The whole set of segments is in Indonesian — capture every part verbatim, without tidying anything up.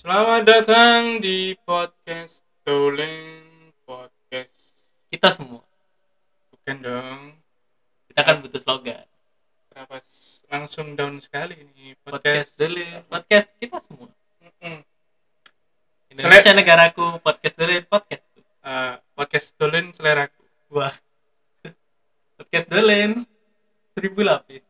Selamat datang di podcast Dolen Podcast. Kita semua. Bukan dong. Kita kan butuh slogan. Kenapa s- langsung down sekali ini Podcast podcast? dulu, podcast kita semua. Mm-mm. Indonesia Sele- negaraku, podcast dulu, podcast. Eh, podcast Dolen seleraku. Wah. Podcast dulu. Seribu lapis.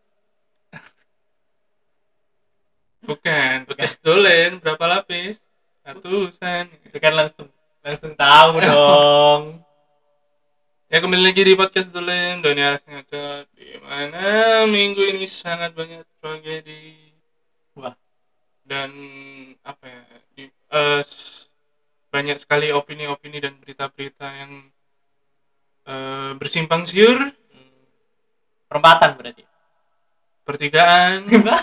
Bukan, podcast Dolen berapa lapis? Ratusan. Itu kan langsung langsung tahu dong. Ya kembali lagi di podcast Dolen, Dunia Sengaja, di mana minggu ini sangat banyak tragedi Wah, dan apa ya? Di, eh, s- banyak sekali opini-opini dan berita-berita yang eh, bersimpang siur, hmm, perempatan berarti. pertigaan.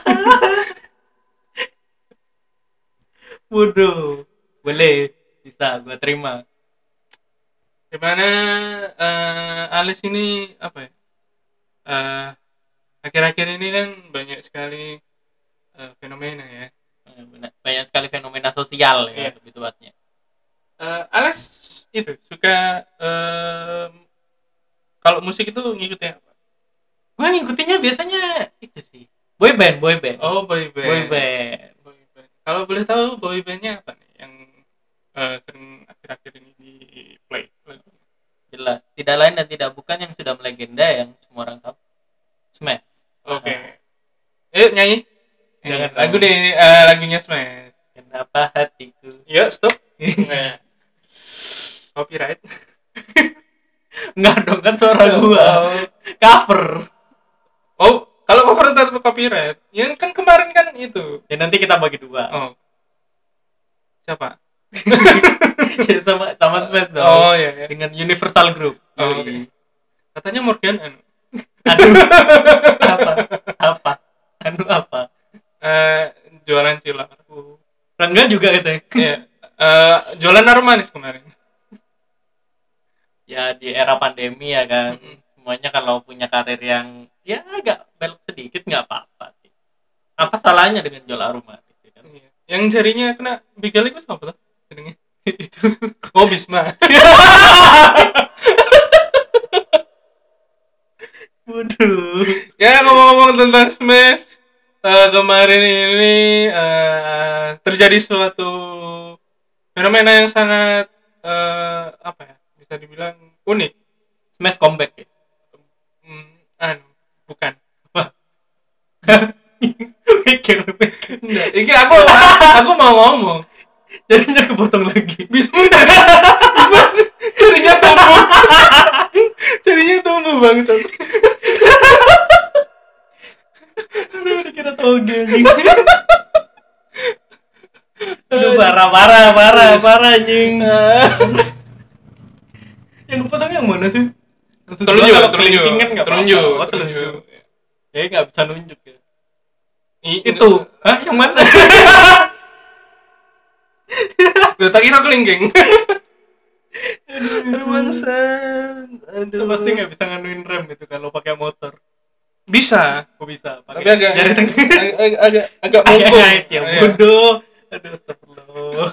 Waduh. Boleh, bisa gua terima. Dimana eh, Alis ini apa ya? Eh, akhir-akhir ini kan banyak sekali eh, fenomena ya. Eh, benar. Banyak sekali fenomena sosial ya, Iya. lebih tepatnya. Eh, Alis itu suka eh, kalau musik itu ngikutin apa? Gua ngikutinnya biasanya itu sih. Boy band, boy band. Oh, boy band. Boy band. Boy band. Kalau boleh tahu boy bandnya apa nih yang eh, sering akhir-akhir ini di play? Jelas. Tidak lain dan tidak bukan yang sudah melegenda yang semua orang tahu. Smash. Oke. Yuk nyanyi. Jangan Eh, lagu dong. nih eh, lagunya Smash. Kenapa hatiku? Yuk stop. Nah, copyright. Enggak dong, kan suara gua. Oh. Cover. Oh, kalau cover tetap copyright. Ya kan kemarin kan itu. Ya nanti kita bagi dua. Oh. Siapa? Ya, sama sama Smash dong. Oh iya, iya. Dengan Universal Group. Oh, Yoi. oke. Katanya Morgan anu. Aduh. Apa? Apa? Anu apa? Eh, jualan cilok. Rangga juga katanya. Iya. Eh, jualan aroma manis kemarin. Ya di era pandemi ya kan. Mm-mm. Semuanya kalau punya karir yang ya agak belok sedikit nggak apa-apa sih. Apa salahnya dengan jual aroma? Gitu kan? Iya. Yang jarinya kena bigal itu apa tuh? Jadinya. Itu. Oh, Bisma. Waduh. Ya ngomong-ngomong tentang Smash, eh, kemarin ini eh, terjadi suatu fenomena yang sangat eh, apa ya, bisa dibilang unik. Smash comeback ya. Hmm, anu, bukan. Mikir, mikir. Enggak, ini aku aku mau ngomong. Jadinya kepotong lagi. Bisma Bisma jarinya tumbuh. Jarinya tumbuh bangsat. Aduh, dikira toge anjing. Aduh, parah, parah, parah, parah anjing. Yang kepotong yang mana sih? Maksud gua Telunjuk, kalau telunjuk, kelingking kan nggak telunjuk, apa-apa. Oh, telunjuk. telunjuk. Ya nggak bisa nunjuk ya. I- Itu, hah? Yang mana? Gue tak kira kelingking. Aduh bangsat. Itu Aduh. pasti nggak bisa nganuin rem itu kalau pakai motor. Bisa, Kok bisa? tapi Pakai agak jari tengah. agak agak, agak Agak mungkung. ngait ya, Iya. bodoh. Aduh, astagfirullah.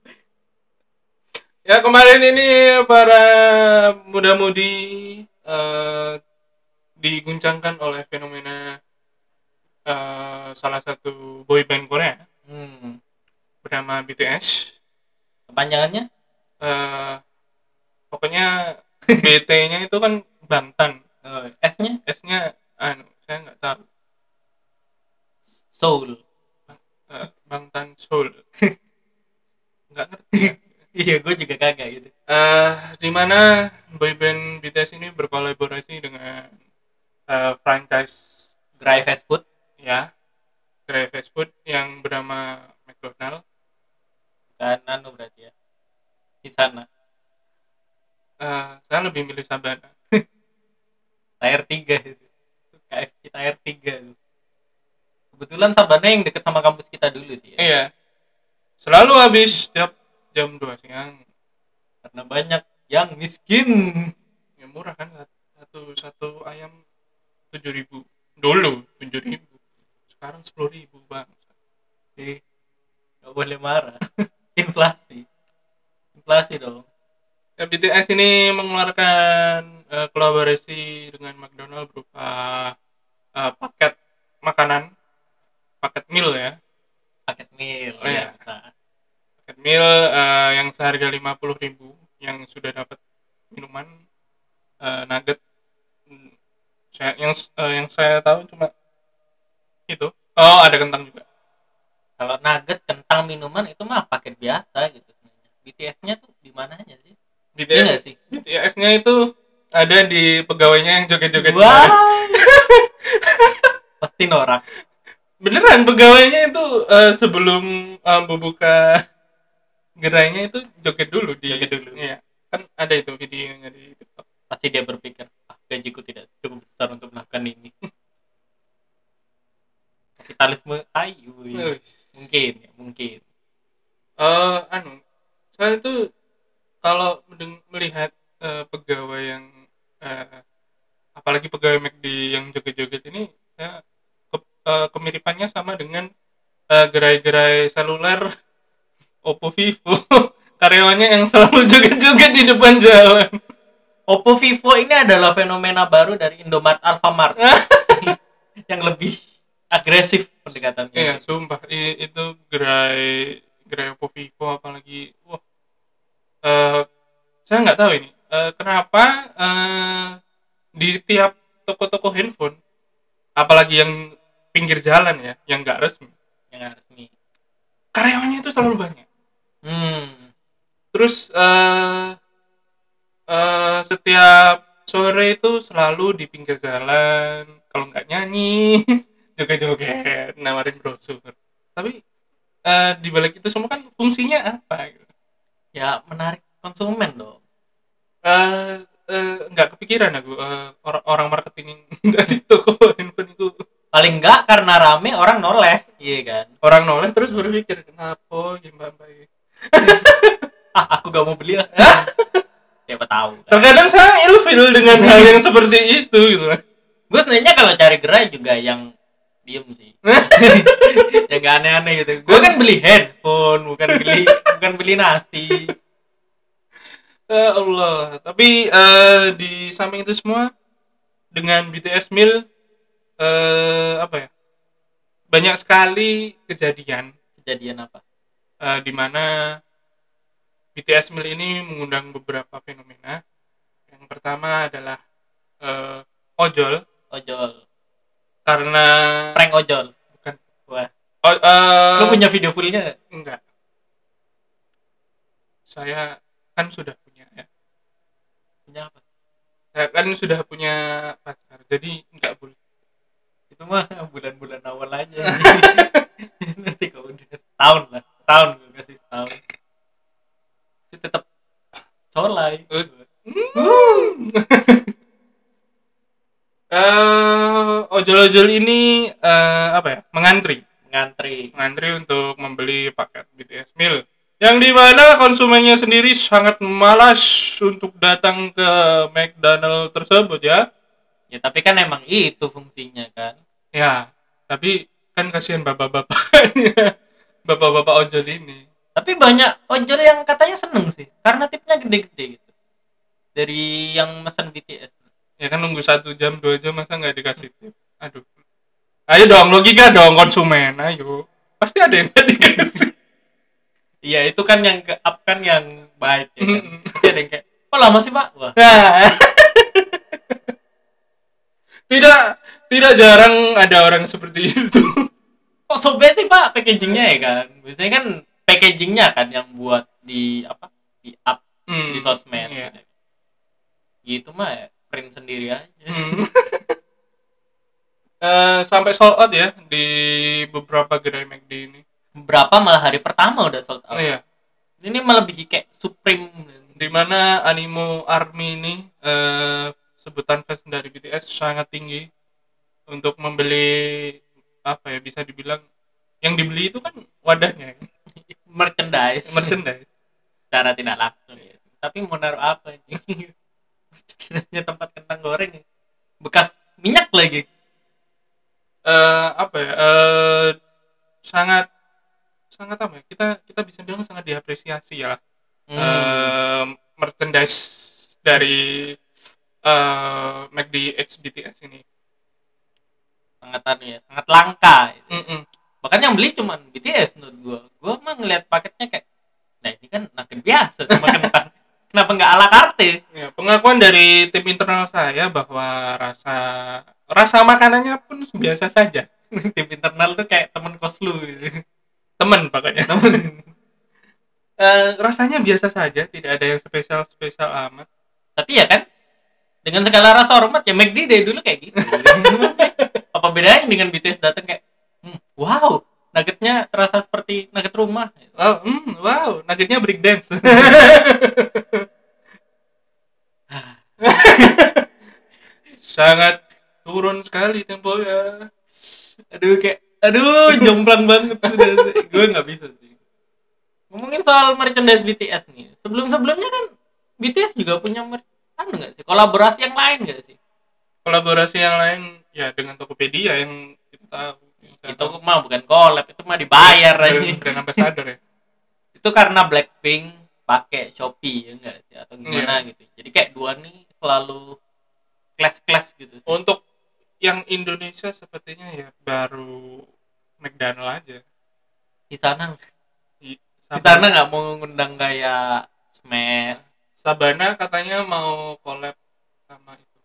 Ya kemarin ini para muda-mudi eh, diguncangkan oleh fenomena eh, salah satu boy band Korea Hmm. bernama B T S. Kepanjangannya? Eh, pokoknya B T-nya itu kan Bangtan, Oh, S-nya? S-nya anu saya nggak tahu. Soul. Eh, Bangtan Seoul. Nggak ngerti. Ya. Iya, gue juga kagak gitu. Eh, di mana boyband B T S ini berkolaborasi dengan eh, franchise Dry fast food. ya, gerai fast food yang bernama McDonald. Kan anu berarti ya. Di sana. Eh, saya lebih milih Sabana. Tier tiga itu. K F C tier tiga itu. Kebetulan Sabana yang deket sama kampus kita dulu sih ya. Iya, selalu habis setiap jam dua siang. Karena banyak yang miskin. Ya murah kan, satu satu ayam tujuh ribu dulu tujuh ribu, sekarang sepuluh ribu bang. Eh, nggak boleh marah. Inflasi, inflasi dong. Ya, B T S ini mengeluarkan eh, kolaborasi dengan McDonald berupa eh, paket makanan, paket meal ya. Paket meal, Oh iya ya, bisa. paket meal eh, yang seharga lima puluh ribu yang sudah dapat minuman eh, nugget. Hmm, Saya, yang eh, yang saya tahu cuma itu. Oh, ada kentang juga. Kalau nugget, kentang, minuman itu mah paket biasa gitu. B T S-nya tuh di mananya sih? Iya BTS nggak sih? B T S-nya itu ada di pegawainya yang joget-joget kemarin. Wah, pasti norak. Beneran pegawainya itu eh, sebelum eh, membuka gerainya itu joget dulu di Joget dulu. ya, kan ada itu videonya di TikTok. Pasti dia berpikir, ah, gajiku tidak cukup besar untuk melakukan ini. Kapitalisme ayu. Wih. Mungkin, ya, mungkin. Eh, anu, saya itu kalau mendeng- melihat eh, pegawai yang eh, apalagi pegawai McD yang joget-joget ini, saya ke- eh, kemiripannya sama dengan eh, gerai-gerai seluler Oppo Vivo. Karyawannya yang selalu joget-joget di depan jalan. Oppo Vivo ini adalah fenomena baru dari Indomaret Alfamart yang lebih agresif pendekatannya Iya, gitu. sumpah I- itu gerai gerai Oppo Vivo apalagi. Wah, eh, saya nggak tahu ini. Eh, kenapa eh, di tiap toko-toko handphone, apalagi yang pinggir jalan ya, yang nggak resmi, Yang nggak resmi. karyawannya itu selalu banyak. Hmm, Terus eh, eh, setiap sore itu selalu di pinggir jalan, kalau nggak nyanyi, joget-joget, nawarin brosur. Tapi eh, di balik itu semua kan fungsinya apa? Gitu. ya menarik konsumen dong. Eh, eh, nggak kepikiran aku eh, orang orang marketing dari toko handphone itu Paling nggak karena rame orang noleh, iya kan? orang noleh terus berpikir kenapa gimana baik. Ah, aku gak mau beli lah. Siapa tahu kan. Terkadang saya ilfil dengan hal yang seperti itu gitu. Gue sebenarnya kalau cari gerai juga yang diem sih. Yang gak aneh-aneh gitu. Gue kan beli handphone, bukan beli bukan beli nasi. Ya Allah, tapi eh, di samping itu semua dengan B T S Meal eh, apa ya? Banyak sekali kejadian Kejadian apa? eh, di mana B T S Meal ini mengundang beberapa fenomena. Yang pertama adalah eh, ojol Ojol. karena Prank ojol. bukan Wah. oh, eh, Lu punya video fullnya nggak? enggak. Saya kan sudah punya ya. Punya apa? Saya kan sudah punya pacar, jadi enggak boleh. Itu mah bulan-bulan awal aja. Nanti kalau udah tahun lah. Tahun gue kasih tahun. Itu tetap colai. Eh, hmm. Eh, ojol-ojol ini eh, apa ya? Mengantri, Ngantri. mengantri untuk membeli paket B T S Meal. Yang di mana konsumennya sendiri sangat malas untuk datang ke McDonald tersebut ya. Ya tapi kan emang itu fungsinya kan. Ya, tapi kan kasihan bapak-bapaknya, bapak-bapak ojol ini. Tapi banyak ojol yang katanya seneng sih. Karena tipnya gede-gede gitu. Dari yang mesen B T S. Ya kan nunggu satu jam, dua jam masa nggak dikasih tip. Aduh. Ayo dong, logika dong konsumen, ayo. Pasti ada yang nggak dikasih. Iya itu kan yang ke up kan yang baik ya kan. Pasti ada yang kayak, oh lama sih pak? Wah. Nah, tidak tidak jarang ada orang seperti itu. Kok sobek sih pak packagingnya ya kan? Biasanya kan packagingnya kan yang buat di apa? Di up Hmm, di sosmed. iya. Gitu. Gitu mah ya, print sendiri aja. Hmm. Eh, sampai sold out ya di beberapa gerai McD ini. Berapa malah hari pertama udah sold out. Iya. Ini melebihi kayak Supreme. Di mana Animo Army ini eh, sebutan fans dari B T S sangat tinggi untuk membeli apa ya bisa dibilang yang dibeli itu kan wadahnya Merchandise. merchandise. Secara tidak langsung ya. Tapi mau naruh apa ini? Kiranya tempat kentang goreng ya. Bekas minyak lagi. Eh, apa ya eh, sangat sangat apa ya, kita kita bisa bilang sangat diapresiasi ya. Hmm. Eee, merchandise dari eee, McD X B T S ini. Sangat anu ya, sangat langka gitu. Mhm. Bahkan yang beli cuman B T S menurut gua. Gua mah ngeliat paketnya kayak, nah ini kan nugget biasa sama kentang. Kenapa nggak ala carte? Ya, pengakuan dari tim internal saya bahwa rasa rasa makanannya pun biasa saja. Tim internal tuh kayak temen kos lu gitu. Temen pokoknya. Temen. Eh, rasanya biasa saja, tidak ada yang spesial-spesial amat. Tapi ya kan, dengan segala rasa hormat ya McD dari dulu kayak gitu. Apa bedanya dengan B T S datang kayak, hmm, wow, nuggetnya terasa seperti nugget rumah. Oh, hmm, wow, nuggetnya break dance. Sangat turun sekali temponya. Aduh kayak, aduh jomplang banget sudah. Gue nggak bisa sih. Ngomongin soal merchandise B T S nih, sebelum-sebelumnya kan B T S juga punya mer- anu nggak sih, kolaborasi yang lain nggak sih? Kolaborasi yang lain ya dengan Tokopedia yang kita tahu. Yang saya Itu tahu. mah bukan collab, itu mah dibayar aja. brand, brand ambassador ya. Itu karena Blackpink pakai Shopee ya enggak sih, atau gimana Iya. gitu. Jadi kayak dua nih selalu clash-clash gitu sih. Untuk yang Indonesia sepertinya ya baru McDonald aja. Di sana Di di sana nggak mau ngundang kayak Smash. Sabana katanya mau collab sama itu.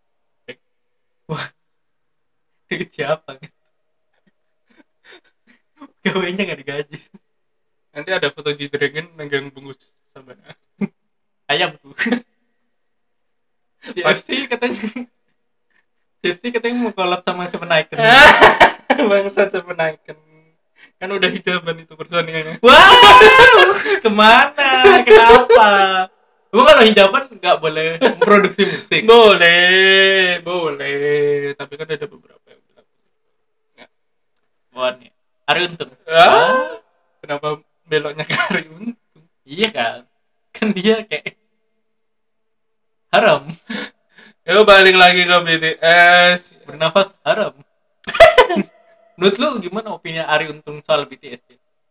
Itu siapa kan? Gawe-nya nggak digaji. Nanti ada foto G-Dragon megang bungkus Sabana. Ayam tuh. C F C katanya. C F C katanya mau collab sama Seven Icon. Bangsat Seven Icon. Kan udah hijaban itu pertandingannya. Wow, kemana? Kenapa? Emang kalau hijaban nggak boleh memproduksi musik? Boleh, boleh. Tapi kan ada beberapa yang bilang. Ya. Bon, Ari Untung. Ah, kenapa beloknya ke Ari Untung? Iya kan? Kan dia kayak haram. Yo balik lagi ke B T S. Bernafas haram. Menurut lu gimana opini Ari Untung soal B T S?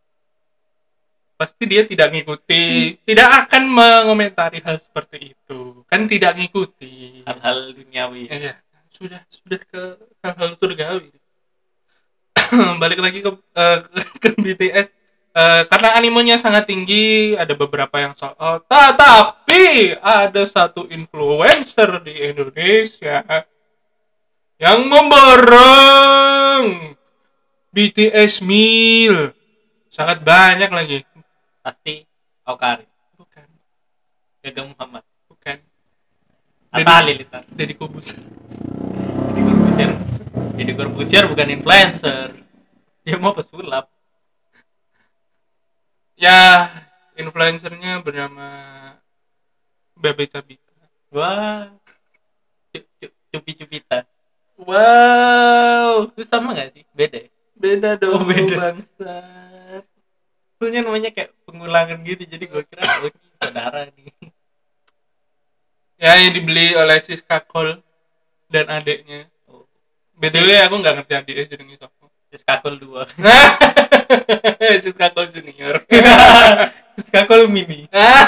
Pasti dia tidak ngikuti, tidak akan mengomentari hal seperti itu. Kan tidak ngikuti. Hal-hal duniawi. Iya, sudah sudah ke hal-hal surgawi. Balik lagi ke uh, ke B T S. Uh, karena animenya sangat tinggi, ada beberapa yang sold out. Tetapi ada satu influencer di Indonesia yang memborong B T S meal sangat banyak lagi. Pasti Okari. Bukan, Gagang Muhammad. bukan. Atta Halilintar. Deddy Kubus. Deddy Corbuzier. Deddy Corbuzier bukan influencer. Dia mau pesulap. Ya, influencernya bernama Bebe Cabita. Wah. Cupi-cupita. Wow, Itu sama gak sih? Beda ya? beda dong. Oh, beda. Bangsat. Itunya namanya kayak pengulangan gitu. Jadi gue kira oh ini saudara nih. Ya, yang dibeli oleh Siska Cole dan adiknya. Oh. B T W aku nggak ngerti adiknya jenenge sapa. Siskakul dua. Siska Cole Junior. Siskakul mini.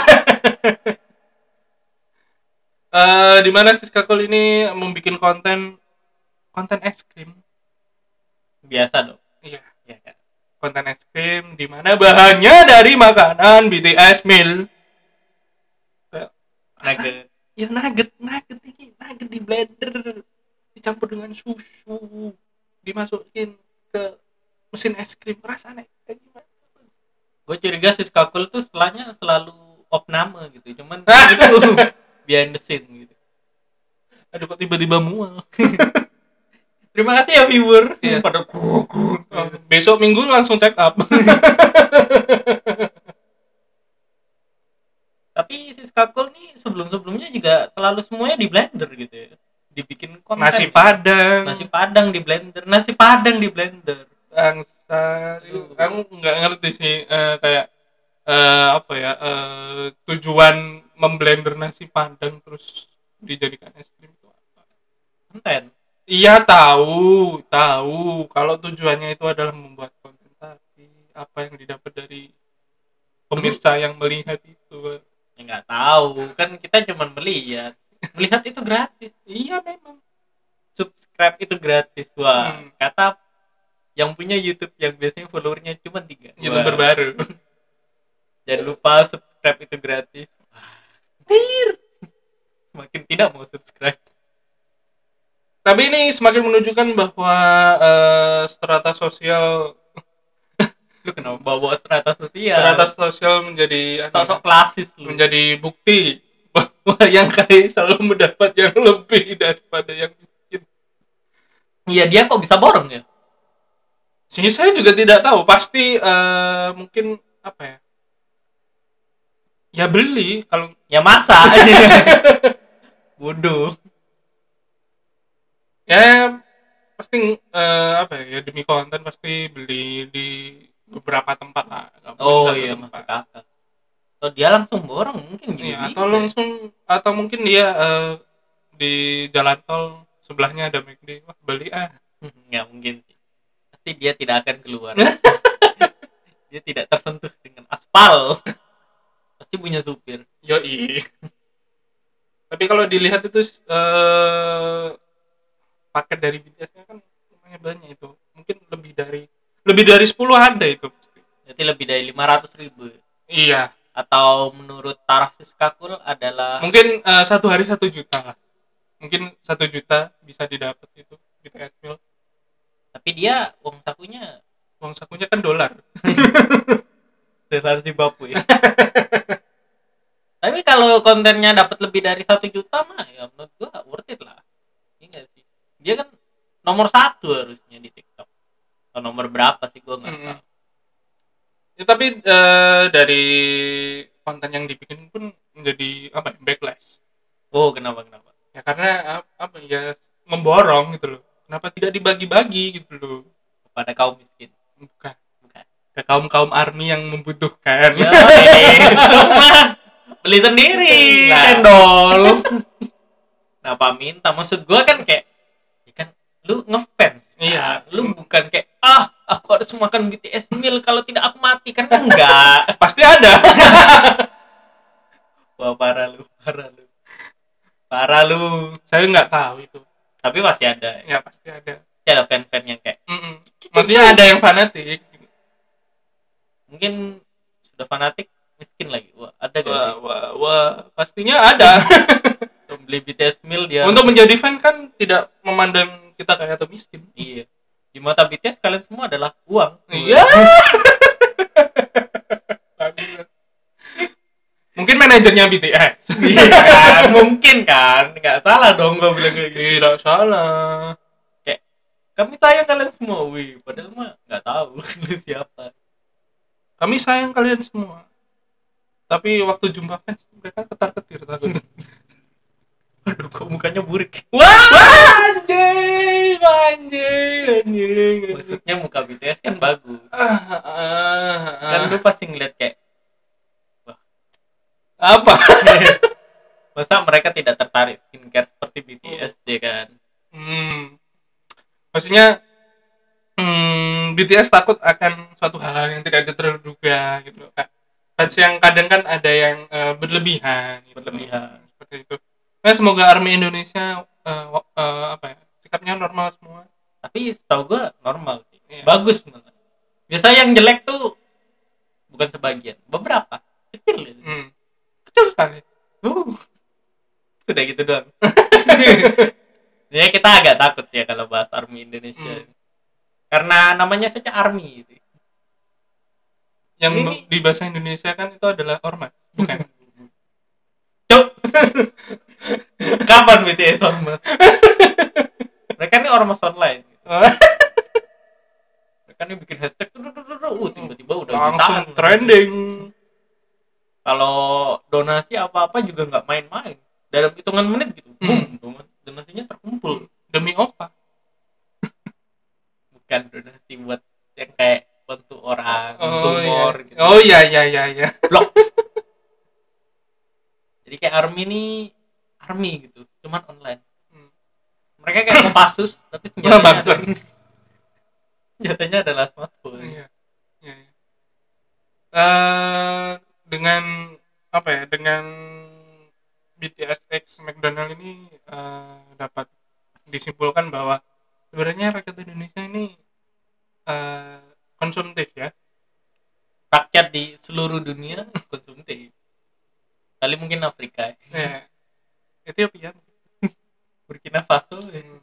uh, di mana Siska Cole ini membuat konten konten es krim. Biasa dong. Iya, Ya kan. konten es krim di mana bahannya dari makanan B T S meal. Nugget. Ya nugget, nugget ini nugget di blender dicampur dengan susu, dimasukin ke mesin es krim, rasanya kayak gimana? Gue curiga Siskakul tuh setelahnya selalu opname gitu. Cuman itu behind the scene gitu. Aduh kok tiba-tiba mual. Terima kasih ya viewer. Iya. Pada kuku. Oh, besok minggu langsung check up. Tapi Siskakul nih sebelum-sebelumnya juga selalu semuanya di blender gitu ya. Dibikin konten. Nasi padang. Nasi padang di blender. Nasi padang di blender. Bangsa. Aku nggak ngerti sih uh, kayak uh, apa ya uh, tujuan memblender nasi padang terus dijadikan es krim itu apa? Konten. Iya tahu, tahu kalau tujuannya itu adalah membuat konten, tapi apa yang didapat dari pemirsa yang melihat itu. Ya nggak tahu, kan kita cuma melihat. Melihat itu gratis. Iya memang. Subscribe itu gratis. Wah, Hmm. kata yang punya YouTube yang biasanya followernya cuma tiga. YouTuber Wah. baru. Jangan lupa subscribe itu gratis. Wah. Semakin tidak mau subscribe. Tapi ini semakin menunjukkan bahwa uh, strata sosial Lu kenapa bawa strata sosial? strata sosial menjadi Sosok klasis lu. menjadi bukti bahwa yang kaya selalu mendapat yang lebih daripada yang miskin. Iya, dia kok bisa borong ya? Sini saya juga tidak tahu. Pasti uh, mungkin apa ya? Ya beli kalau ya masa. Bodoh. Ya pasti uh, apa ya? Demi konten pasti beli di beberapa tempat lah. Oh iya, masuk akal. Atau dia langsung borong mungkin juga iya, bisa. atau langsung atau mungkin dia uh, di jalan tol sebelahnya ada McD, wah beli ah. Nggak mungkin sih. Pasti dia tidak akan keluar. Dia tidak tersentuh dengan aspal. Pasti punya supir. Yoi. Tapi kalau dilihat itu uh, paket dari B T S-nya kan lumayan banyak itu. Mungkin lebih dari lebih dari sepuluh ada itu. Jadi lebih dari lima ratus ribu. Iya. Atau menurut taraf Siskakul adalah mungkin uh, satu hari satu juta lah. Mungkin satu juta bisa didapat itu B T S meal. Tapi dia uang sakunya uang sakunya kan dolar. Dolar Zimbabwe. Tapi kalau kontennya dapat lebih dari satu juta mah ya menurut gua worth it lah. Iya sih. Dia kan nomor satu harusnya di TikTok. Atau nomor berapa sih gua nggak mm-hmm. tahu. Ya, tapi uh, dari konten yang dibikin pun menjadi apa ya, backlash. Oh, kenapa kenapa? Ya karena apa ya memborong gitu loh. Kenapa tidak dibagi-bagi gitu loh kepada kaum miskin? Bukan, bukan. Ke kaum-kaum army yang membutuhkan. Ya, itu mah beli sendiri cendol. Kenapa minta? Maksud gua kan kayak ya kan lu ngefans. Iya, kan? Lu bukan kayak ah aku harus makan B T S meal kalau tidak aku mati kan enggak. Pasti ada. Wah parah lu, parah lu. Parah lu. Saya nggak tahu itu. Tapi pasti ada. Ya pasti ada. Ya ada fan-fan yang kayak. Mm-mm. Maksudnya ada yang fanatik. Mungkin sudah fanatik miskin lagi. Wah, ada gak wah, sih? Wah, wah, pastinya ada. Untuk beli B T S meal dia. Untuk menjadi fan kan tidak memandang kita kayak atau miskin. Iya. Di mata B T S kalian semua adalah uang. Iya. Mungkin manajernya B T S. Iya kan? Mungkin kan? Nggak salah dong gue bilang kayak gitu. Tidak salah. Kayak kami sayang kalian semua, wih. Padahal mah nggak tahu lu siapa. Kami sayang kalian semua. Tapi waktu jumpa fans mereka ketar-ketir takut. Aduh, kok mukanya burik. Wah, anjing, anjing, anjing. Maksudnya muka B T S kan bagus. Ah, ah, ah. Kan lu pasti ngeliat kayak wah, apa? Masa mereka tidak tertarik skincare seperti B T S ya kan? Hmm. Maksudnya hmm, B T S takut akan suatu hal yang tidak terduga gitu kan. Fans yang kadang kan ada yang uh, berlebihan, gitu. berlebihan seperti itu. Nah, semoga Army Indonesia uh, uh, apa ya, sikapnya normal semua. Tapi setahu gue normal sih, yeah. Bagus malah. Biasanya yang jelek tuh bukan sebagian, beberapa kecil ya. Hmm. Kecil sekali. Uh. Sudah gitu doang. Ya kita agak takut ya kalau bahas Army Indonesia. Hmm. Karena namanya saja Army gitu. Yang ini... di bahasa Indonesia kan itu adalah ormas, bukan? Cuk. Kapan B T S ormas? Mereka ini ormas online. Gitu. Mereka ini bikin hashtag tuh uh, tiba-tiba udah langsung jutaan, trending. Kalau donasi apa-apa juga nggak main-main. Dalam hitungan menit gitu. Hmm. Boom, donasinya terkumpul. Demi apa? Bukan donasi buat yang kayak bantu orang, oh, tumor iya. gitu. Oh iya iya iya iya. Blok. Jadi kayak Army ini Army gitu, cuman online. Hmm. Mereka kayak Kopassus tapi senjatanya senjatanya adalah smartphone. Iya. Iya. eh dengan apa ya? Dengan B T S X McDonald ini eh, dapat disimpulkan bahwa sebenarnya rakyat Indonesia ini eh, konsumtif ya. Rakyat di seluruh dunia konsumtif. Kali mungkin Afrika, Ya, Ethiopia. Burkina Faso. Ya. Hmm.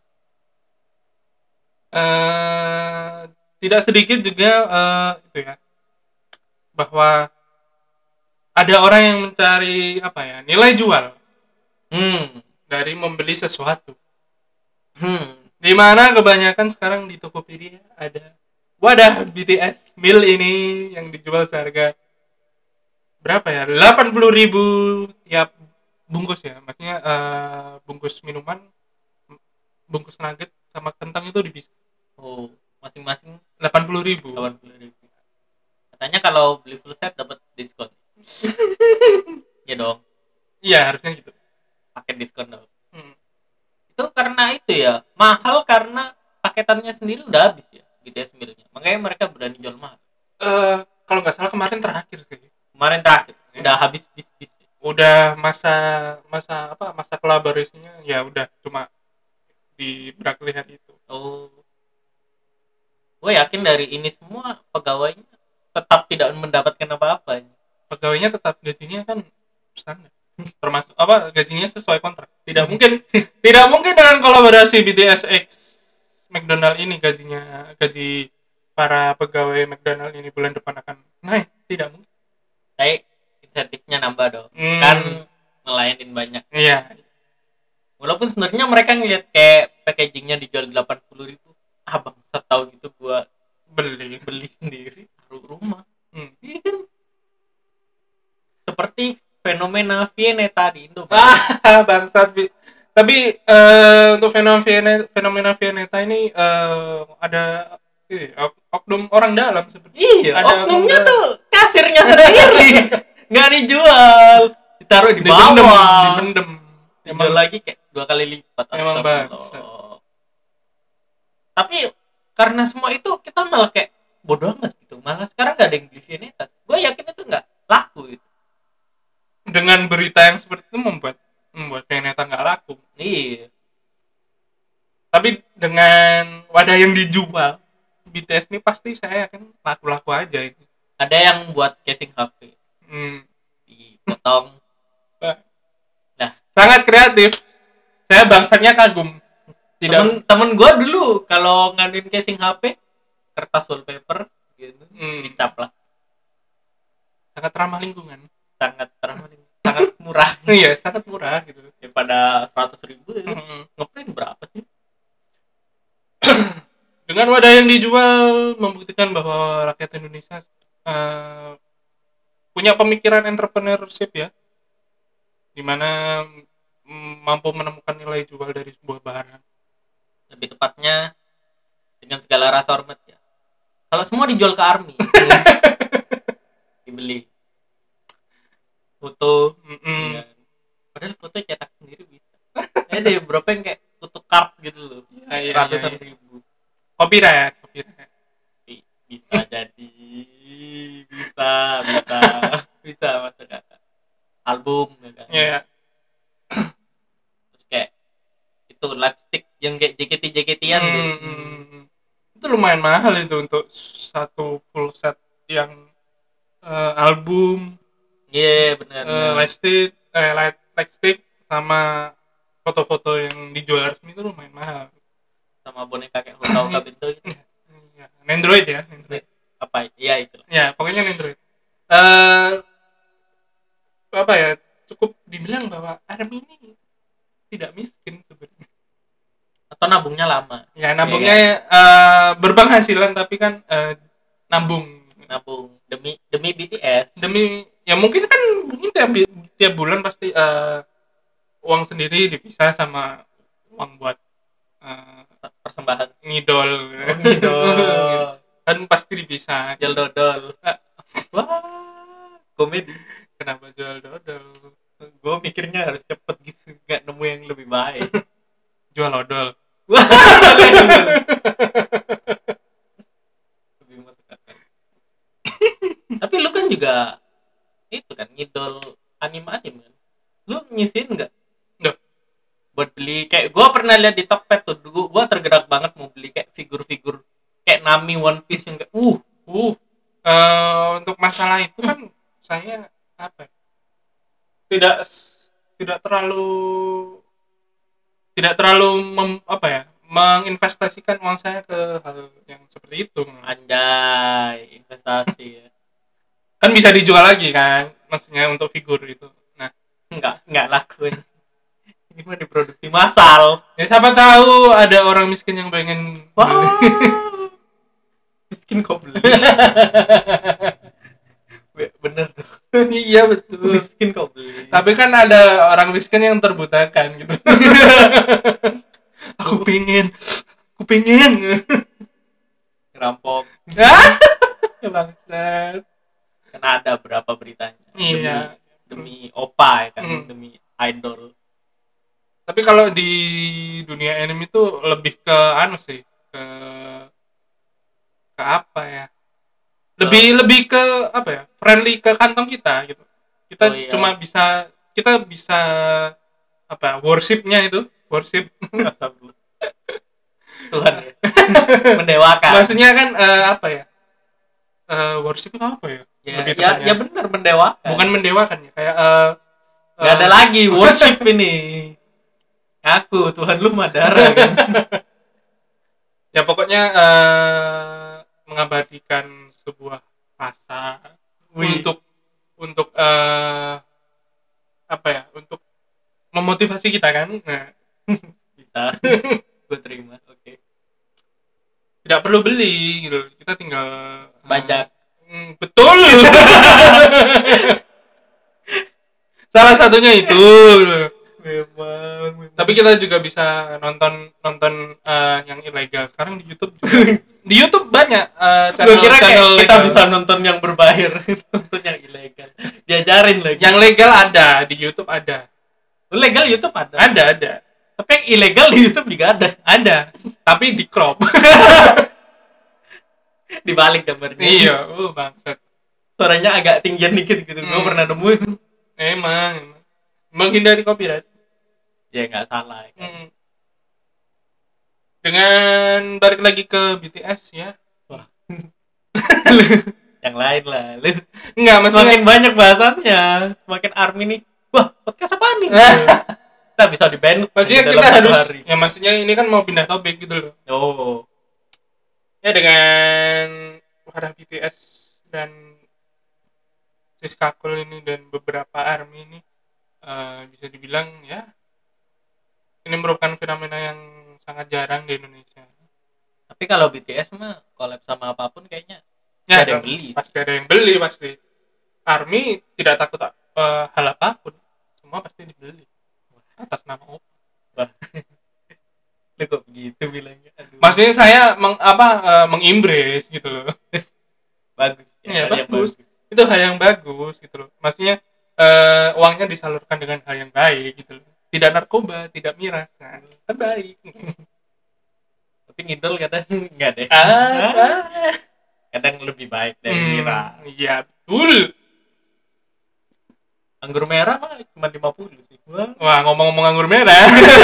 Eh, tidak sedikit juga eh, itu ya bahwa ada orang yang mencari apa ya nilai jual Hmm. dari membeli sesuatu. Hmm. Di mana kebanyakan sekarang di Tokopedia ada wadah B T S meal ini yang dijual seharga berapa ya? delapan puluh ribu tiap bungkus ya. Maksudnya eh, bungkus minuman, bungkus nugget sama kentang itu dipisah. Oh, masing-masing delapan puluh ribu. delapan puluh ribu. Katanya kalau beli full set dapat diskon. Ya dong, Iya, harusnya gitu. paket diskon dong. Hmm. Itu karena itu ya, mahal karena paketannya sendiri udah habis ya, B T S meal-nya. Makanya mereka berani jual mahal. Eh, kalau nggak salah kemarin terakhir sih. Kemarin terakhir Ya. udah habis bis-bis. Udah masa masa apa? Masa kolaborasinya ya udah cuma di lihat itu. Oh, gue yakin dari ini semua pegawainya tetap tidak mendapatkan apa-apa. Pegawainya tetap gajinya kan standar. Termasuk apa gajinya sesuai kontrak. Tidak mungkin tidak mungkin dengan kolaborasi B T S X McDonald ini gajinya gaji para pegawai McDonald ini bulan depan akan naik. Tidak mungkin. Tapi insentifnya nambah dong. Hmm. Kan ngelayanin banyak. Iya. Walaupun sebenarnya mereka ngeliat kayak packagingnya dijual delapan puluh ribu. Ah bang, tahu gitu gua Beli. beli sendiri taruh rumah. Hmm. Iya kan? Seperti fenomena Viennetta di Indo. Ah, bangsat. Bi. Tapi eh, untuk fenomena Viennetta, fenomena Viennetta ini eh, ada eh, ok- oknum orang dalam seperti Iya, ada oknumnya oknum tuh kasirnya sendiri. Nggak dijual. Ditaruh di dibendem, bawah. dibendem. Dijual lagi kayak dua kali lipat. Emang Astagfirullah. bangsat. Tapi karena semua itu kita malah kayak bodoh amat gitu. Malah sekarang nggak ada yang beli Viennetta. Gue yakin itu nggak laku gitu. Dengan berita yang seperti itu membuat membuat Viennetta nggak laku. Iya. Tapi dengan wadah yang dijual B T S ini pasti saya yakin laku-laku aja itu. Ada yang buat casing H P. Hmm. Dipotong. Nah, sangat kreatif. Saya bangsatnya kagum. Tidak. Temen, temen gue dulu kalau ngaduin casing H P, kertas wallpaper gitu, Hmm. dicap lah. Sangat ramah lingkungan. Sangat ramah, sangat murah. Iya, sangat murah gitu. Daripada seratus ribu ya. Hmm. Ngeprint berapa sih? Dengan wadah yang dijual membuktikan bahwa rakyat Indonesia uh, punya pemikiran entrepreneurship ya, dimana mm, mampu menemukan nilai jual dari sebuah barang. Lebih tepatnya dengan segala rasa hormat ya. Kalau semua dijual ke army, dibeli foto, Mm-mm. ya. Padahal foto cetak sendiri bisa. Ada ya berapa yang kayak foto card gitu loh, Ya, ya, ratusan ya, ya. ribu. Copyright, copyright. Bisa jadi, bisa, bisa, bisa masuk kakak. Album kan. Ya, Terus kayak itu lipstick yang kayak J K T J K T-an hmm, tuh. hmm. Itu lumayan mahal itu untuk satu full set yang uh, album, Iya, yeah, benar. uh, lightstick, eh, light lightstick sama foto-foto yang dijual resmi itu lumayan mahal. Sama boneka kayak Hoka Hoka Bento gitu. Ya, Android ya, Android. Apa? Iya itu. Ya, pokoknya Android. Eh apa ya? Cukup dibilang bahwa Army ini tidak miskin sebenarnya. Atau nabungnya lama. Ya, nabungnya eh, berpenghasilan tapi kan eh, nabung. Nabung demi demi B T S. Demi ya mungkin kan mungkin tiap tiap bulan pasti eh, uang sendiri dipisah sama uang buat eh, Persembahan. ngidol. Oh, ngidol. Kan pasti dipisah. Jual dodol. Ah. Wah, komedi. Kenapa jual dodol? Gue mikirnya harus cepet gitu, nggak nemu yang lebih baik. Jual odol. Wah, lebih masuk akal. Tapi lu kan juga itu kan ngidol anime-anime kan. Lu nyisin nggak Duh, buat beli? Kayak gua pernah lihat di Tokped tuh, dulu gua tergerak banget mau beli kayak figur-figur kayak Nami One Piece yang kayak uh uh, eh, untuk masalah itu kan saya apa? ya, Tidak tidak terlalu tidak terlalu mem- apa ya menginvestasikan uang saya ke hal yang seperti itu. anjay investasi ya. Kan bisa dijual lagi kan, maksudnya untuk figur itu. Nah, Enggak, enggak laku ini. Ini mah diproduksi massal. ya siapa tahu ada orang miskin yang pengen beli. Wah. Miskin kok beli. Bener tuh. Iya betul. Miskin kok beli. Tapi kan ada orang miskin yang terbutakan gitu. Aku pingin, aku pingin. Ngerampok. Ah, bangsat. Kan ada berapa beritanya. Iya. Demi, demi opa ya kan, Hmm. demi idol. Tapi kalau di dunia anime itu lebih ke anu sih, ke ke apa ya? Lebih lebih ke apa ya? Friendly ke kantong kita gitu. Kita Oh, iya. cuma bisa kita bisa apa? Worshipnya itu, worship. Astagfirullah. Tuhan ya. Mendewakan. Maksudnya kan eh, apa ya? Eh, worship itu apa ya? Ya, Lebih ya, tepatnya. ya benar mendewakan. Bukan mendewakan ya, kayak eh, Gak ada eh, lagi worship ini. Aku Tuhan lu Madara kan. ya pokoknya eh, mengabadikan sebuah rasa Wih. untuk untuk eh, apa ya? Untuk memotivasi kita kan. Nah, Bisa. Gue terima. Oke. tidak perlu beli gitu. Kita tinggal eh, Bajak. mm, betul. Salah satunya itu. Memang. Tapi kita juga bisa nonton nonton eh, yang ilegal. Sekarang di YouTube juga. Di YouTube banyak eh, Gue channel kira kayak channel kita legal. bisa nonton yang berbayar, nonton yang ilegal. Diajarin lagi. Yang legal ada di YouTube ada. legal YouTube ada. Ada ada. Tapi yang ilegal di YouTube juga ada. Ada. Tapi di crop. Dibalik gambarnya. Iya, uh bangsat. Suaranya agak tinggian dikit gitu. Gue Hmm. pernah nemuin. Emang, emang. Menghindari copyright. Ya nggak salah. Kan? Hmm. Dengan balik lagi ke B T S ya. Wah. Yang lain lah. Lu Enggak, maksudnya semakin banyak bahasannya, semakin ARMY nih. Wah, podcast apa nih? Kita bisa di-ban. maksudnya dalam kita satu harus hari. ya maksudnya ini kan mau pindah topik gitu loh. Oh, Ya dengan wadah B T S dan Siska Kul ini dan beberapa ARMY ini eh, bisa dibilang ya ini merupakan fenomena yang sangat jarang di Indonesia. tapi kalau B T S mah collab sama apapun kayaknya Ya, ada yang dong, beli. pasti ada yang beli pasti. ARMY tidak takut eh, hal apapun, semua pasti dibeli atas nama Oppa. Wah. Lu kok begitu bilangnya? Aduh. Maksudnya saya meng, apa eh, mengimbres gitu loh. bagus Ya, hal yang bagus. Itu hal yang bagus gitu loh. Maksudnya eh, uangnya disalurkan dengan hal yang baik gitu loh. Tidak narkoba, tidak miras, kan baik. Tapi ngidol kadang enggak deh. Ah, Kadang lebih baik dari hmm, miras. iya betul. Anggur merah mah cuma lima puluh sih. Wah. Wah, ngomong-ngomong anggur merah.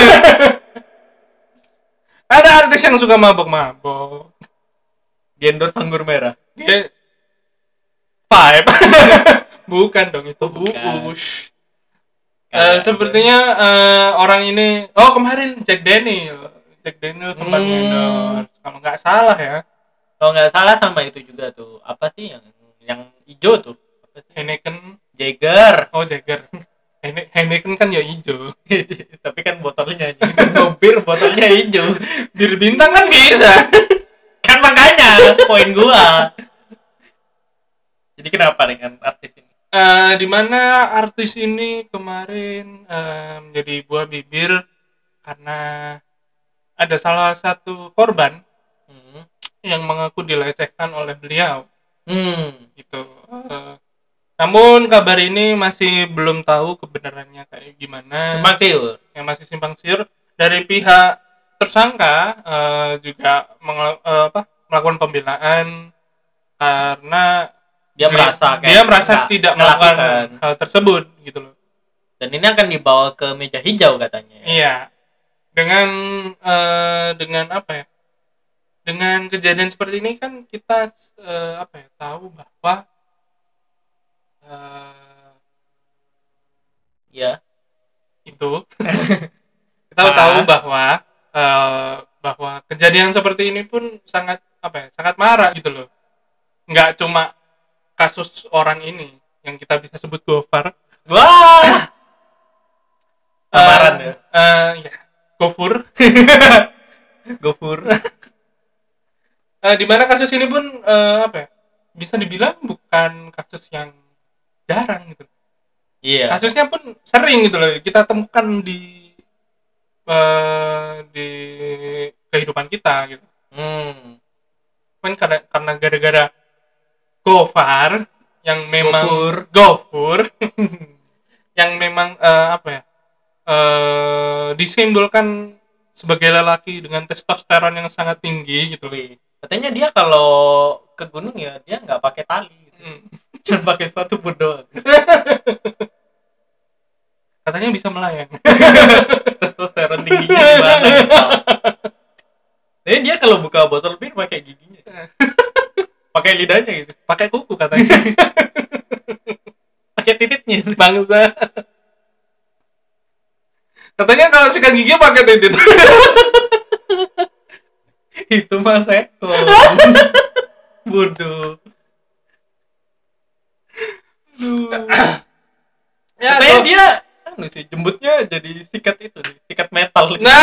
Ada artis yang suka mabok-mabok. Di endorse anggur merah. Dia Five. Bukan dong itu Bukan. Uus. Kayak Eh, sepertinya eh, orang ini oh kemarin Jack Daniel. Jack Daniel sempat Hmm. endorse kalau nggak salah ya. Kalau nggak salah sama itu juga tuh. Apa sih yang yang hijau tuh? Apa sih? Heineken. Jagger. Oh, Jagger. Heine- Heineken kan ya hijau. Tapi kan botolnya aja. Bir botolnya hijau. Bir bintang kan bisa. Kan makanya poin gua. Jadi kenapa dengan artis ini? Eh, di mana artis ini kemarin eh, menjadi buah bibir karena ada salah satu korban Hmm. yang mengaku dilecehkan oleh beliau Hmm. gitu. Eh, namun kabar ini masih belum tahu kebenarannya kayak gimana. Simpang siur. Yang masih simpang siur dari pihak tersangka eh, juga mengel- eh, apa, melakukan pembelaan karena dia merasa kayak dia merasa nggak tidak melakukan. melakukan hal tersebut gitu loh. Dan ini akan dibawa ke meja hijau katanya. Iya. Dengan uh, dengan apa ya? Dengan kejadian seperti ini kan kita uh, apa ya? Tahu bahwa uh, ya itu kita tahu bahwa uh, bahwa kejadian seperti ini pun sangat apa ya? Sangat marak gitu loh. Nggak cuma kasus orang ini yang kita bisa sebut Gofar. Wah. Samaran uh, ya. Uh, ya, Gofur. Gofur. uh, di mana kasus ini pun uh, apa ya? Bisa dibilang bukan kasus yang jarang gitu. Iya. Kasusnya pun sering gitu loh. Kita temukan di uh, di kehidupan kita gitu. Hmm. Kan karena karena gara-gara Gofar yang memang Gofur, Gofur yang memang uh, apa ya? Uh, disimbolkan sebagai lelaki dengan testosteron yang sangat tinggi gitu. Wih. Katanya dia kalau ke gunung ya dia nggak pakai tali, gitu. Hmm. Cuma pakai sepatu boot doang. Katanya bisa melayang. Testosteron tingginya gimana gitu. Jadi dia kalau buka botol bir pakai giginya. Pakai lidahnya gitu. Pakai kuku katanya. Pakai titiknya. Bangsa. Katanya kalau sikat gigi pakai titik. Itu mah seko. Bodoh. Ya, katanya dia anu sih jembutnya jadi sikat itu nih, sikat metal. Nah.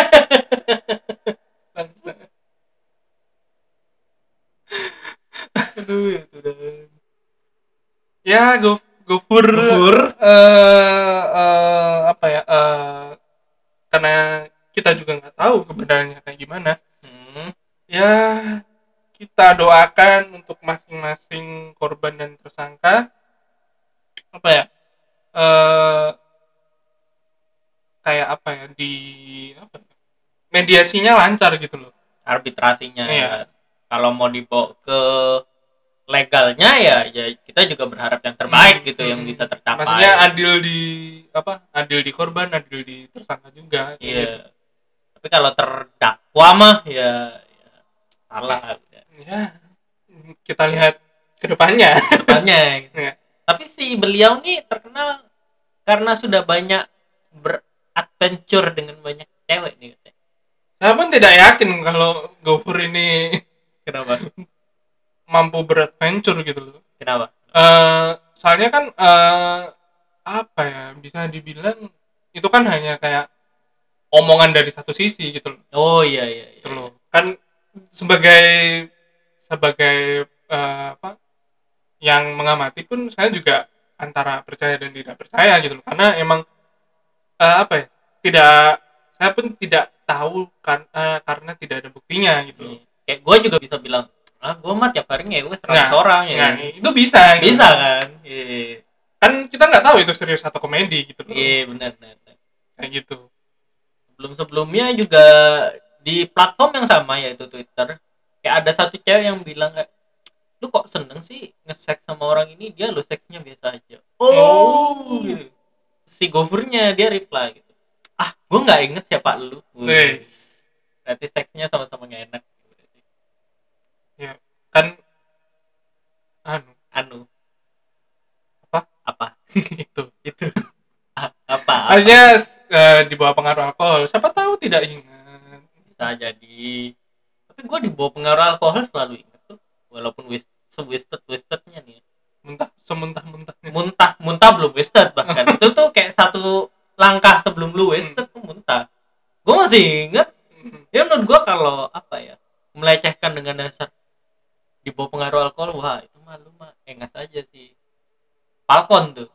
Aduh, itu dah. Ya, go Gofur. Gofur. Uh, uh, apa ya? Uh, karena kita juga nggak tahu kebenarannya kayak gimana. Hmm. Ya, kita doakan untuk masing-masing korban dan tersangka apa ya? Uh, kayak apa ya? Di apa? Mediasinya lancar gitu loh. Arbitrasinya iya. Ya. Kalau mau dibawa ke legalnya ya, ya kita juga berharap yang terbaik hmm, gitu hmm. yang bisa tercapai. Maksudnya adil di apa? Adil di korban, adil di tersangka juga. Iya. Gitu. Tapi kalau terdakwa mah ya, ya salah. Ya, kita lihat kedepannya. Kedepannya. Gitu. Ya. Tapi si beliau nih terkenal karena sudah banyak beradventure dengan banyak cewek nih. Saya pun tidak yakin kalau Gofur ini kenapa mampu beradventure gitu loh. Kenapa? Uh, soalnya kan uh, apa ya, bisa dibilang itu kan hanya kayak omongan dari satu sisi gitu loh. Oh iya iya. Gitu iya, loh. Iya. Kan sebagai sebagai uh, apa yang mengamati pun saya juga antara percaya dan tidak percaya gitu loh. Karena emang uh, apa ya? Tidak, saya pun tidak tahu kan uh, karena tidak ada buktinya gitu. Hmm. Kayak gue juga bisa bilang, ah gue mah tiap hari ngewe seratus nah, orang ya. Nah, itu bisa. Bisa gitu. kan? Iya. Kan kita nggak tahu itu serius atau komedi gitu loh. Iya benar benar. Kayak gitu. Sebelum-sebelumnya juga di platform yang sama yaitu Twitter, kayak ada satu cewek yang bilang kayak, lu kok seneng sih nge-seks sama orang ini, dia lu seksnya biasa aja. Oh, oh. Gitu. Si Gofurnya dia reply gitu, ah gue nggak inget siapa lu. Yes. Berarti seksnya sama-sama nggak enak. Ya kan anu anu apa apa itu itu apa maksudnya uh, di bawah pengaruh alkohol, siapa tahu tidak ingat. Bisa jadi, tapi gue di bawah pengaruh alkohol selalu ingat tuh, walaupun wis wasted wastednya nih, muntah semuntah muntahnya muntah muntah belum wasted bahkan itu tuh kayak satu langkah sebelum lu wasted tuh muntah. Gue masih ingat. Ya menurut gue kalau apa ya, melecehkan dengan dasar di bawah pengaruh alkohol, wah itu mah lu mah engas aja sih. Falcon tuh.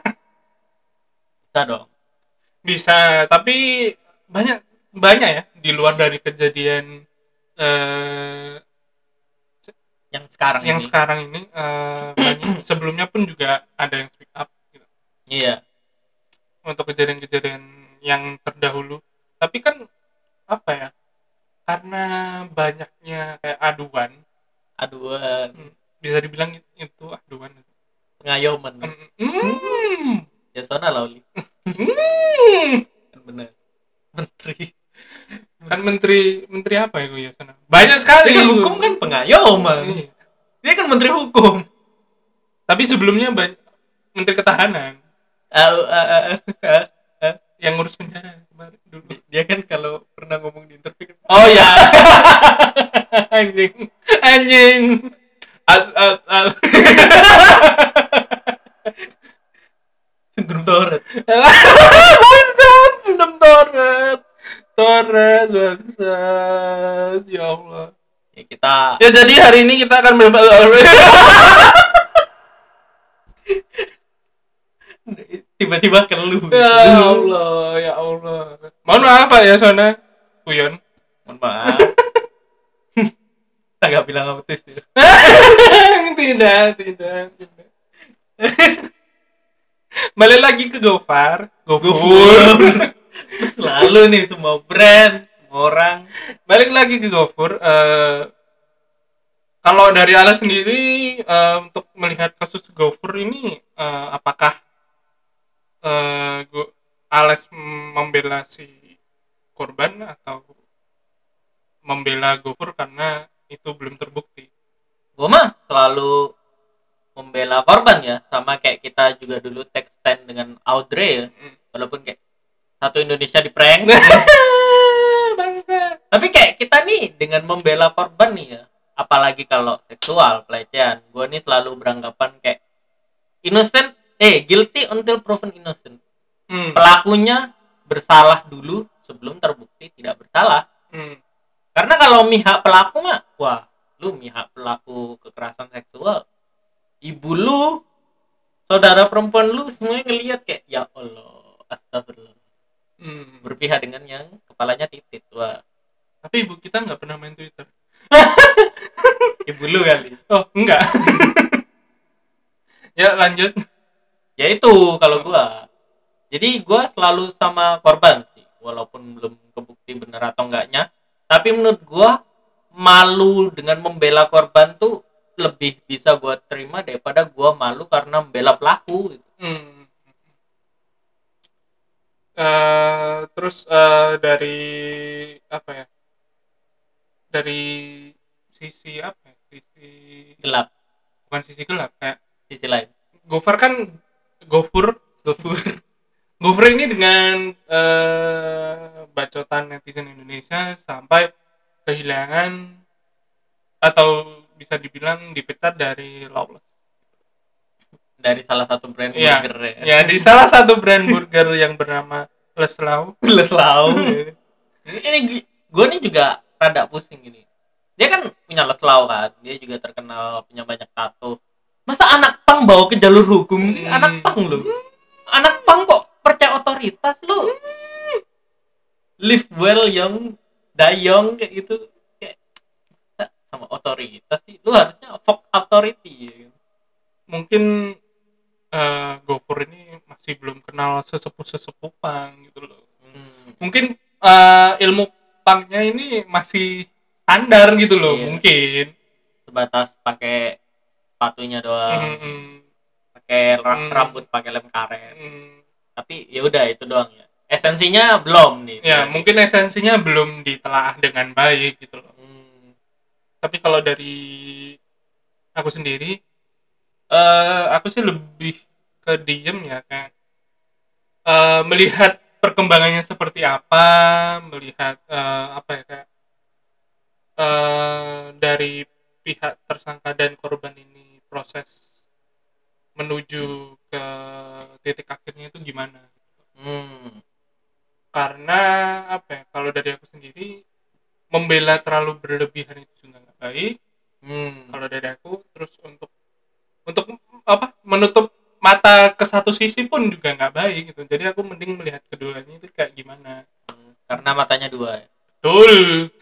Bisa dong. Bisa, tapi banyak banyak ya di luar dari kejadian eh, yang sekarang yang ini. sekarang ini uh, banyak. Sebelumnya pun juga ada yang speak up gitu. Iya. Untuk kejadian-kejadian yang terdahulu. Tapi kan apa ya? Karena banyaknya kayak aduan. Aduan. Hmm. bisa dibilang itu aduan. Pengayoman. Hmm. Ya sana lah Oli. Hmm. Kan bener. Menteri. Kan menteri menteri apa ya gue ya sana? Banyak sekali. Dia kan hukum kan pengayoman. Iya. Dia kan menteri hukum. Tapi sebelumnya banyak menteri ketahanan Uh, uh, uh, uh, uh. yang ngurus penjara kemarin dulu. Dia kan kalau pernah ngomong di interview kan. Oh ya. Anjing. Anjing. Al, al, al. Sindrom Tourette. Bangsat, sindrom Tourette. Tourette, bangsat. Ya Allah. Ya kita Ya jadi hari ini kita akan berbal. tiba-tiba keluh. Ya Allah, ya Allah. Mohon maaf Pak ya Sona. Kuyon. Mohon maaf. Kita nggak bilang autis ya. tidak, tidak, tidak. Balik lagi ke Gofar. Gofur. Selalu nih semua brand, semua orang. Balik lagi ke Gofur. Uh, kalau dari Ala sendiri uh, untuk melihat kasus Gofur ini, uh, apakah uh, Ales membela si korban atau membela Gofur karena itu belum terbukti? Gue mah selalu membela korban ya, sama kayak kita juga dulu take stand dengan Audrey ya, hmm. walaupun kayak satu Indonesia di prank. Bangsa. Tapi kayak kita nih dengan membela korban nih ya, apalagi kalau seksual pelecehan, gue nih selalu beranggapan kayak innocent, eh guilty until proven innocent. Hmm. Pelakunya bersalah dulu sebelum terbukti tidak bersalah. Hmm. Karena kalau mihak pelaku mah, wah, lu mihak pelaku kekerasan seksual, ibu lu, saudara perempuan lu semuanya ngelihat kayak ya Allah, astagfirullah. Hmm. Berpihak dengan yang kepalanya titit, wah. Tapi ibu kita nggak pernah main Twitter. Ibu lu kali? Oh enggak. Ya lanjut. Ya itu kalau gua. Jadi gua selalu sama korban sih, walaupun belum kebukti benar atau enggaknya. Tapi menurut gua malu dengan membela korban tuh lebih bisa gua terima daripada gua malu karena membela pelaku. Gitu. Hmm. Uh, terus uh, dari apa ya? Dari sisi apa? Ya? Sisi gelap. Bukan sisi gelap, kayak sisi lain. Gofur kan Gofur, Gofur. Gofur ini dengan uh, bacotan netizen Indonesia sampai kehilangan atau bisa dibilang dipecat dari Lawless. Dari salah satu brand ya, burger ya. Ya, di salah satu brand burger yang bernama Leslau. Leslau. ini ini gue nih juga rada pusing gini. Dia kan punya Leslau kan, dia juga terkenal punya banyak tato. Masa anak pang bawa ke jalur hukum sih? Hmm. Anak pang loh. Anak pang kok percaya otoritas lo. Hmm. Live well young, die young kayak gitu. Kayak sama otoritas sih. Lu harusnya fuck authority ya. Mungkin uh, Gofur ini masih belum kenal sesepuh-sesepuh pang gitu loh. Hmm. Mungkin uh, ilmu pangnya ini masih standar gitu loh, iya. Mungkin sebatas pakai sepatunya doang, mm-hmm. pakai mm-hmm. rambut, pakai lem karet, mm-hmm. tapi ya udah itu doang ya. Esensinya belum nih. Ya berarti. Mungkin esensinya belum ditelaah dengan baik gitu loh. Hmm. Tapi kalau dari aku sendiri, uh, aku sih lebih ke diem ya, kayak uh, melihat perkembangannya seperti apa, melihat uh, apa ya kayak Uh, dari pihak tersangka dan korban ini proses menuju ke titik akhirnya itu gimana? Hmm. Karena apa ya? Kalau dari aku sendiri membela terlalu berlebihan itu juga nggak baik. Hmm. Kalau dari aku, terus untuk untuk apa? Menutup mata ke satu sisi pun juga nggak baik gitu. Jadi aku mending melihat keduanya itu kayak gimana. Hmm. Karena matanya dua. Betul.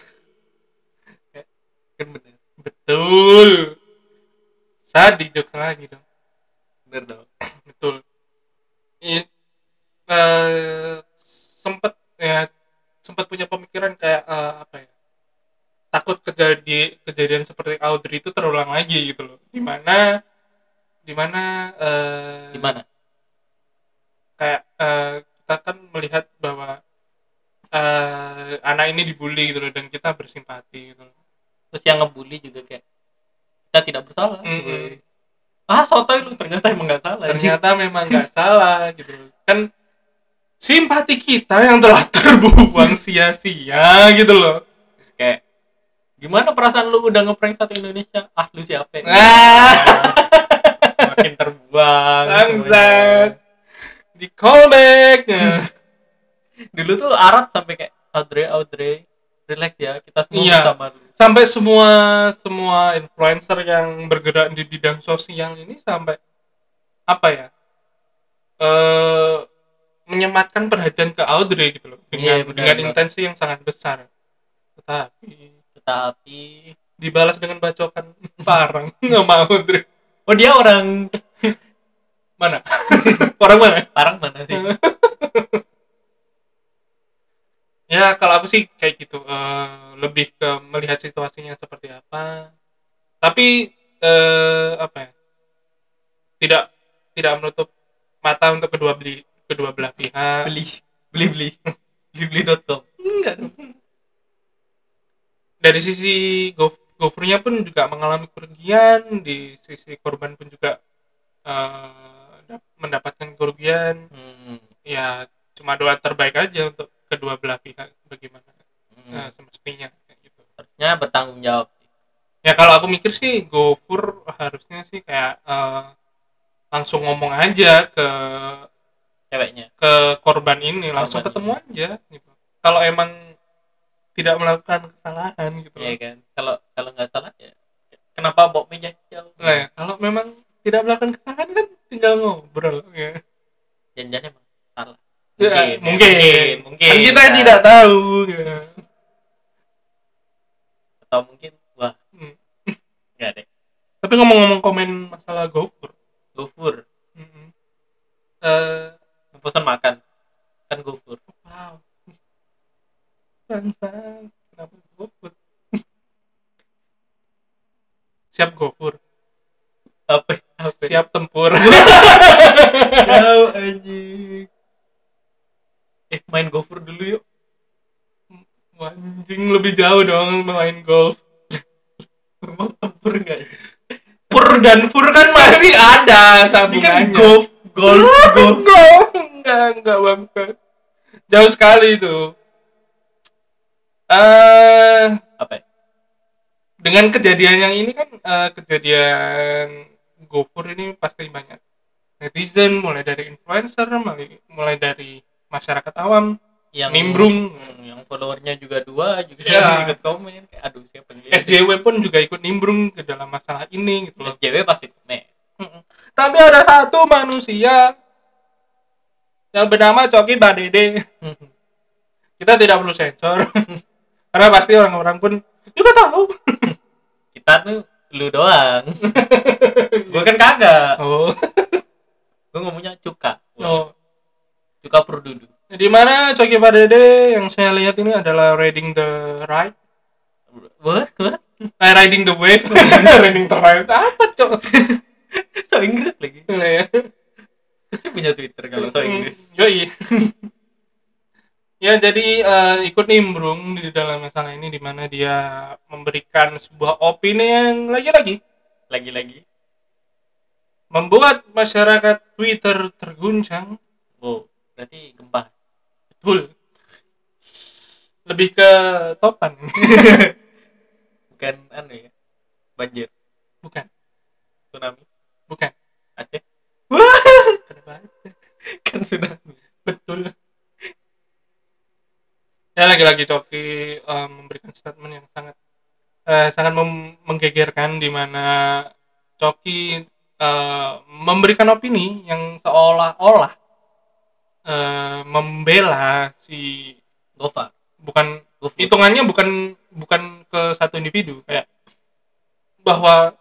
Kan bener. Betul. Saat dijok lagi dong. Bener dong. Betul. It, uh, sempet ya sempat punya pemikiran kayak uh, apa ya? Takut terjadi kejadian seperti Audrey itu terulang lagi gitu loh. Di mana di mana eh, Gimana? kayak eh, kita kan melihat bahwa eh, anak ini dibully gitu loh dan kita bersimpati gitu loh. Terus yang ngebully juga kayak kita tidak bersalah. Mm-mm. Weh. Ah, sotoy lu, ternyata emang nggak salah. Ternyata memang nggak salah gitu loh. Kan simpati kita yang telah terbuang sia-sia gitu loh. Terus kayak gimana perasaan lu udah ngeprank satu Indonesia? Ah, lu siapa? Ah, Semakin terbuang bangsat. semuanya. Di callback. Dulu tuh Arab sampai kayak Audrey, Audrey, relax ya, kita semua Iya. bersama lu. Sampai semua semua influencer yang bergerak di bidang sosial ini sampai apa ya? Eh menyematkan perhatian ke Audrey gitu loh dengan Iya, benar, dengan benar. intensi yang sangat besar. Tetapi Tetapi dibalas dengan bacokan parang sama Audrey. oh, dia orang Mana? Orang mana? Parang mana sih? Ya kalau aku sih kayak gitu, eh, lebih ke melihat situasinya seperti apa. Tapi eh, apa ya? Tidak tidak menutup mata untuk kedua beli kedua belah pihak. Beli, beli, beli, beli, beli dot com. Enggak dong. Dari sisi go gofurnya pun juga mengalami kerugian, di sisi korban pun juga eh, dap- mendapatkan kerugian. Hmm, Ya cuma doa terbaik aja untuk kedua belah pihak bagaimana eh, hmm. semestinya kayak gitu. Harusnya bertanggung jawab. Ya kalau aku mikir sih GoFur harusnya sih kayak eh, langsung ngomong aja ke Ceweknya. ke korban ini, langsung Korban ketemu ini. aja gitu. Kalau emang tidak melakukan kesalahan gitu Iya loh. kan? Kalau kalau nggak salah ya, kenapa bawa meja jauh? Nah, ya, kalau memang tidak melakukan kesalahan kan tinggal ngobrol ya. Jangan-jangan emang salah. Ya, Mungkin, ya, mungkin, mungkin, mungkin. kan kita kan. tidak tahu ya. Atau mungkin, wah, Hmm. nggak deh. Tapi ngomong-ngomong komen masalah GoFur, GoFood, mm-mm. eh pesan makan, kan GoFood. wow, bangsa, kenapa GoFur? Siap GoFur, Apa? Apa? siap tempur. Jauh anjing. Eh, main GoFood dulu yuk. Anjing lebih jauh dong main golf. Emang tempur nggak ya? Pur dan fur kan masih ada Ini kan sambungannya. golf, golf, golf. Golf, enggak, enggak bangsa. Jauh sekali itu. Eh, Apa ya? dengan kejadian yang ini kan eh, kejadian GoFood ini pasti banyak netizen, mulai dari influencer, mulai, mulai dari masyarakat awam, Yang nimbrung. hmm, yang followernya juga dua juga Ya. ikut komen kayak aduh siapa nih? S J W pun juga ikut nimbrung ke dalam masalah ini gitu loh. S J W pasti komen. Mm-mm. Tapi ada satu manusia yang bernama Coki Badede. Kita tidak perlu sensor. Karena pasti orang-orang pun juga tahu. Kita tuh lu doang. Gue kan kagak. Oh. Gue ngomongnya cuka. Oh. Cuka Purdudu. Di mana Coki Badede yang saya lihat ini adalah riding the ride. What? What? Eh, riding the wave. Riding the ride. Apa, Cok? So Inggris lagi. Ya. Pasti punya Twitter kalau so Inggris. Yoi. Ya, jadi uh, ikut nimbrung di dalam masalah ini di mana dia memberikan sebuah opini yang lagi-lagi Lagi-lagi. membuat masyarakat Twitter terguncang. Wow, berarti gempa. Betul. Lebih ke topan. Bukan anu ya. Banjir. Bukan. Tsunami. Bukan. Aceh. Wah, kenapa? Kan tsunami. Betul. Ya lagi-lagi Coki um, memberikan statement yang sangat uh, sangat mem- menggegerkan di mana Coki uh, memberikan opini yang seolah-olah uh, membela si Gofar. bukan GoFood. hitungannya bukan bukan ke satu individu, kayak bahwa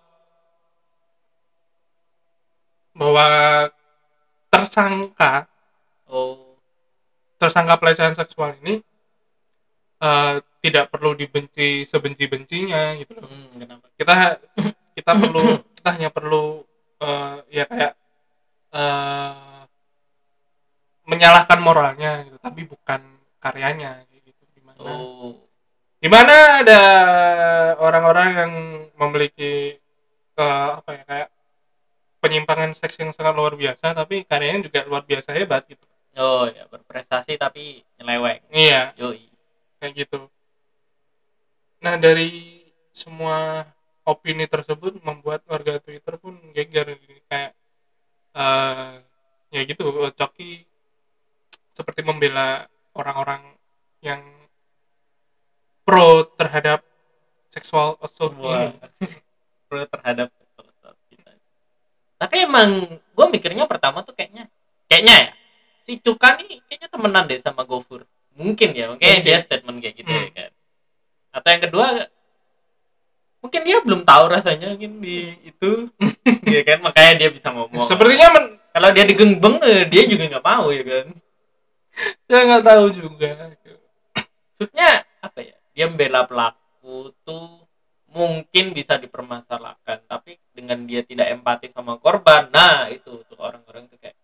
bahwa tersangka Oh. tersangka pelecehan seksual ini uh, tidak perlu dibenci sebenci-bencinya gitu loh. Hmm, kenapa? Kita kita perlu kita hanya perlu uh, ya kayak uh, menyalahkan moralnya gitu, tapi bukan karyanya gitu. Dimana Oh. dimana ada orang-orang yang memiliki uh, apa ya kayak penyimpangan seks yang sangat luar biasa, tapi karyanya juga luar biasa hebat gitu. Oh ya, berprestasi tapi nyeleweng. Iya, Yoi. kayak gitu. Nah, dari semua opini tersebut membuat warga Twitter pun geger kayak uh, ya gitu, Coki seperti membela orang-orang yang pro terhadap seksual assault Semua ini. pro terhadap kita. Tapi emang gue mikirnya pertama tuh kayaknya kayaknya ya si Cuka nih kayaknya temenan deh sama Gofur. Mungkin ya, mungkin Mungkin. dia statement kayak gitu Hmm. ya kan. Atau yang kedua mungkin dia belum tahu rasanya mungkin di itu ya kan, makanya dia bisa ngomong. Sepertinya men- kalau dia digengbeng dia juga nggak mau ya kan. saya nggak tahu juga. Maksudnya apa ya? Dia membela pelaku tuh mungkin bisa dipermasalahkan, tapi dengan dia tidak empati sama korban, nah itu tuh orang-orang tuh kayak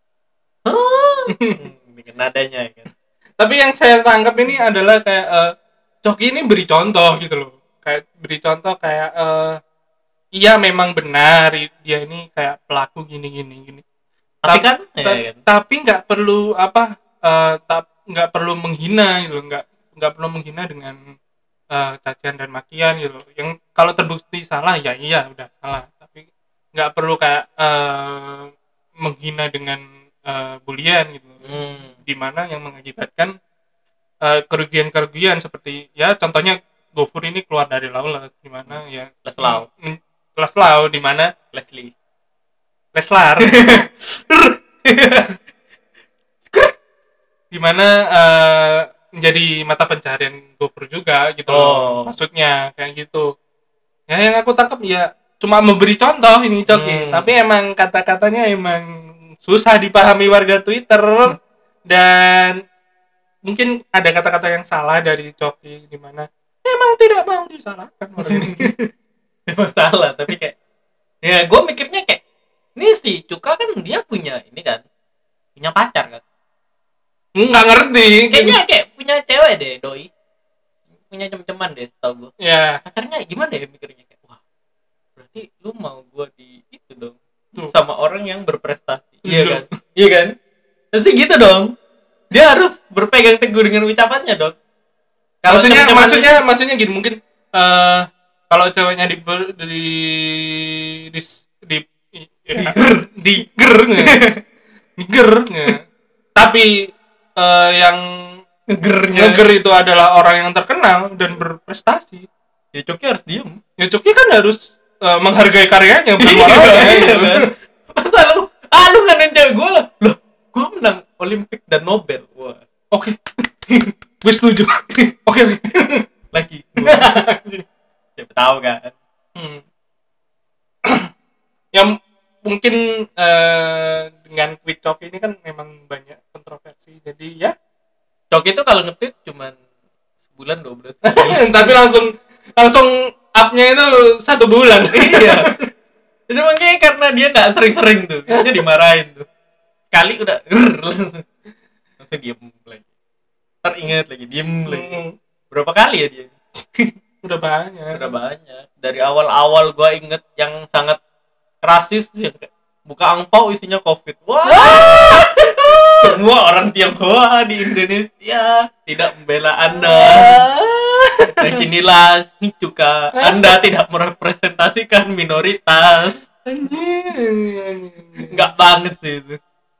hmm, dengan nadanya ya kan. Tapi yang saya tangkap ini adalah kayak uh, Coki ini beri contoh gitu loh. Kayak beri contoh kayak uh, iya memang benar dia ini kayak pelaku gini gini gini. Tapi kan, ta- ya kan? Tapi nggak perlu apa uh, tak nggak perlu menghina gitu, nggak nggak perlu menghina dengan uh, cacian dan makian gitu. Yang kalau terbukti salah ya iya udah salah. Tapi nggak perlu kayak uh, menghina dengan uh, bulian gitu. Hmm. Dimana yang mengakibatkan uh, kerugian-kerugian seperti ya contohnya Gofur ini keluar dari Lawless dimana ya Leslau. Mm, Leslau dimana Leslie. Leslar dimana uh, menjadi mata pencarian Gofur juga gitu Oh. loh. Maksudnya kayak gitu ya, yang aku tangkap ya cuma memberi contoh ini Coki. Hmm. Tapi emang kata-katanya emang susah dipahami warga Twitter dan mungkin ada kata-kata yang salah dari Coki di mana emang tidak mau disalahkan orang ini. Memang salah, tapi kayak ya gue mikirnya kayak ini sih Cuka kan dia punya ini kan, punya pacar kan, Nggak ngerti kayaknya kayak punya cewek deh doi, punya cem-ceman deh tau gue. ya. Pacarnya gimana ya mikirnya kayak wah berarti lu mau gue di itu dong Tuh. sama orang yang berprestasi. Iya Tuh. kan, iya kan, pasti gitu dong, dia harus berpegang teguh dengan ucapannya dong. Kalau maksudnya cem-ceman maksudnya maksudnya gini mungkin uh, kalau ceweknya di di di di ya, di ger di ger tapi uh, yang ngegernya ngeger itu adalah orang yang terkenal dan berprestasi, ya Coki harus diem. ya Coki kan harus uh, menghargai karyanya bukan Iya, moralnya iya, gitu. kan? Masa lu ah lu ngatain cewek gue lah, loh gue menang Olimpik dan Nobel. Wah Oke, gue setuju. Oke oke. lagi siapa tahu kan. Hmm. Yang mungkin uh, dengan tweet Coki ini kan memang banyak kontroversi, jadi ya Coki itu kalau nge-tweet cuman sebulan dua bulan tapi langsung langsung up-nya itu satu bulan. iya itu makanya karena dia nggak sering-sering tuh dia dimarahin tuh sekali udah langsung diem lagi, teringat lagi diem lagi. Hmm, Berapa kali ya dia udah banyak. udah banyak dari awal-awal gue inget yang sangat rasis sih, buka angpau isinya covid. Wah semua orang Tionghoa di Indonesia tidak membela Anda. Dan inilah Cuka, Anda tidak merepresentasikan minoritas. Anjing. Enggak banget sih itu.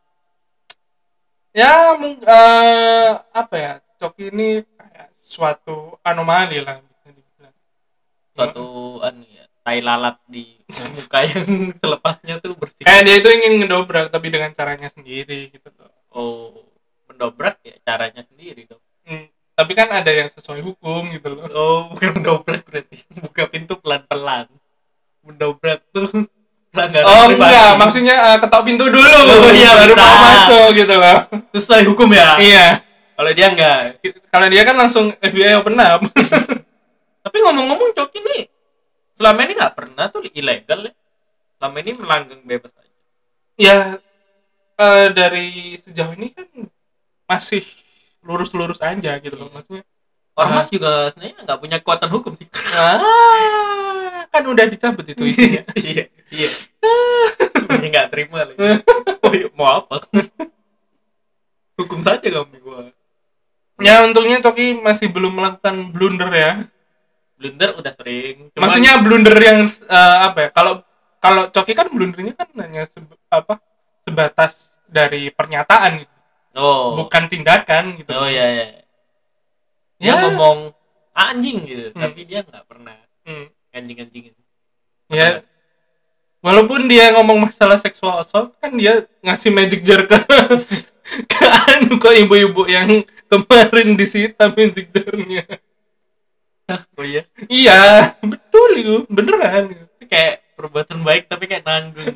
Ya mung- eh, apa ya, Coki ini kayak suatu anomali lah bisa dibilang. Suatu anu ya, tai lalat di muka yang selepasnya tuh bersih. Kayak dia itu ingin ngedobrak tapi dengan caranya sendiri gitu loh. Oh, mendobrak ya caranya sendiri dong. Hmm, tapi kan ada yang sesuai hukum gitu loh. Oh, bukan mendobrak berarti. Buka pintu pelan-pelan. Mendobrak tuh pelanggaran Oh privasi. enggak, maksudnya uh, ketok pintu dulu. Oh, iya, baru bisa. mau masuk gitu loh. Sesuai hukum ya? Iya. Kalau dia enggak. Kalau dia kan langsung F B I open up. Tapi ngomong-ngomong Coki nih selama ini nggak pernah tuh ilegal ya. Selama ini melanggang bebas aja. Ya uh, dari sejauh ini kan masih lurus-lurus aja gitu loh, maksudnya. Ormas uh, juga sebenarnya nggak punya kekuatan hukum sih. Ah, kan udah dicabut itu isinya. Iya, iya. Sebenarnya nggak terima lagi. Oh, iya, mau apa? Hukum saja kami gua. Ya untungnya Coki masih belum melakukan blunder ya. Blunder udah sering. Cuman... Maksudnya blunder yang uh, apa ya? Kalau kalau Coki kan blundernya kan hanya seba, apa sebatas dari pernyataan gitu. Oh. Bukan tindakan gitu. Oh iya iya. Dia ya. Ngomong anjing gitu, hmm. tapi dia nggak pernah hmm. anjing-anjingin. Ya. Walaupun dia ngomong masalah seksual assault, kan dia ngasih magic jar ke ke anu kok ibu-ibu yang kemarin disita magic jar-nya. Oh iya? Iya, betul itu, beneran. Kayak perbuatan baik tapi kayak nanggung.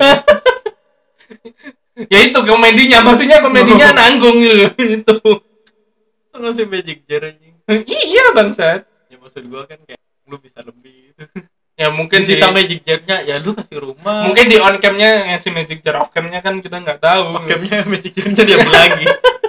Ya itu komedinya, maksudnya komedinya nanggung gitu. Itu. Ngasih magic jar anjing. Iya bangsat. Ya maksud gua kan kayak lu bisa lebih gitu. Ya mungkin disita magic jar-nya, ya lu kasih rumah. Mungkin di on cam-nya ngasih magic jar, off cam-nya kan kita nggak tahu. Off cam-nya magic jar-nya dia lagi.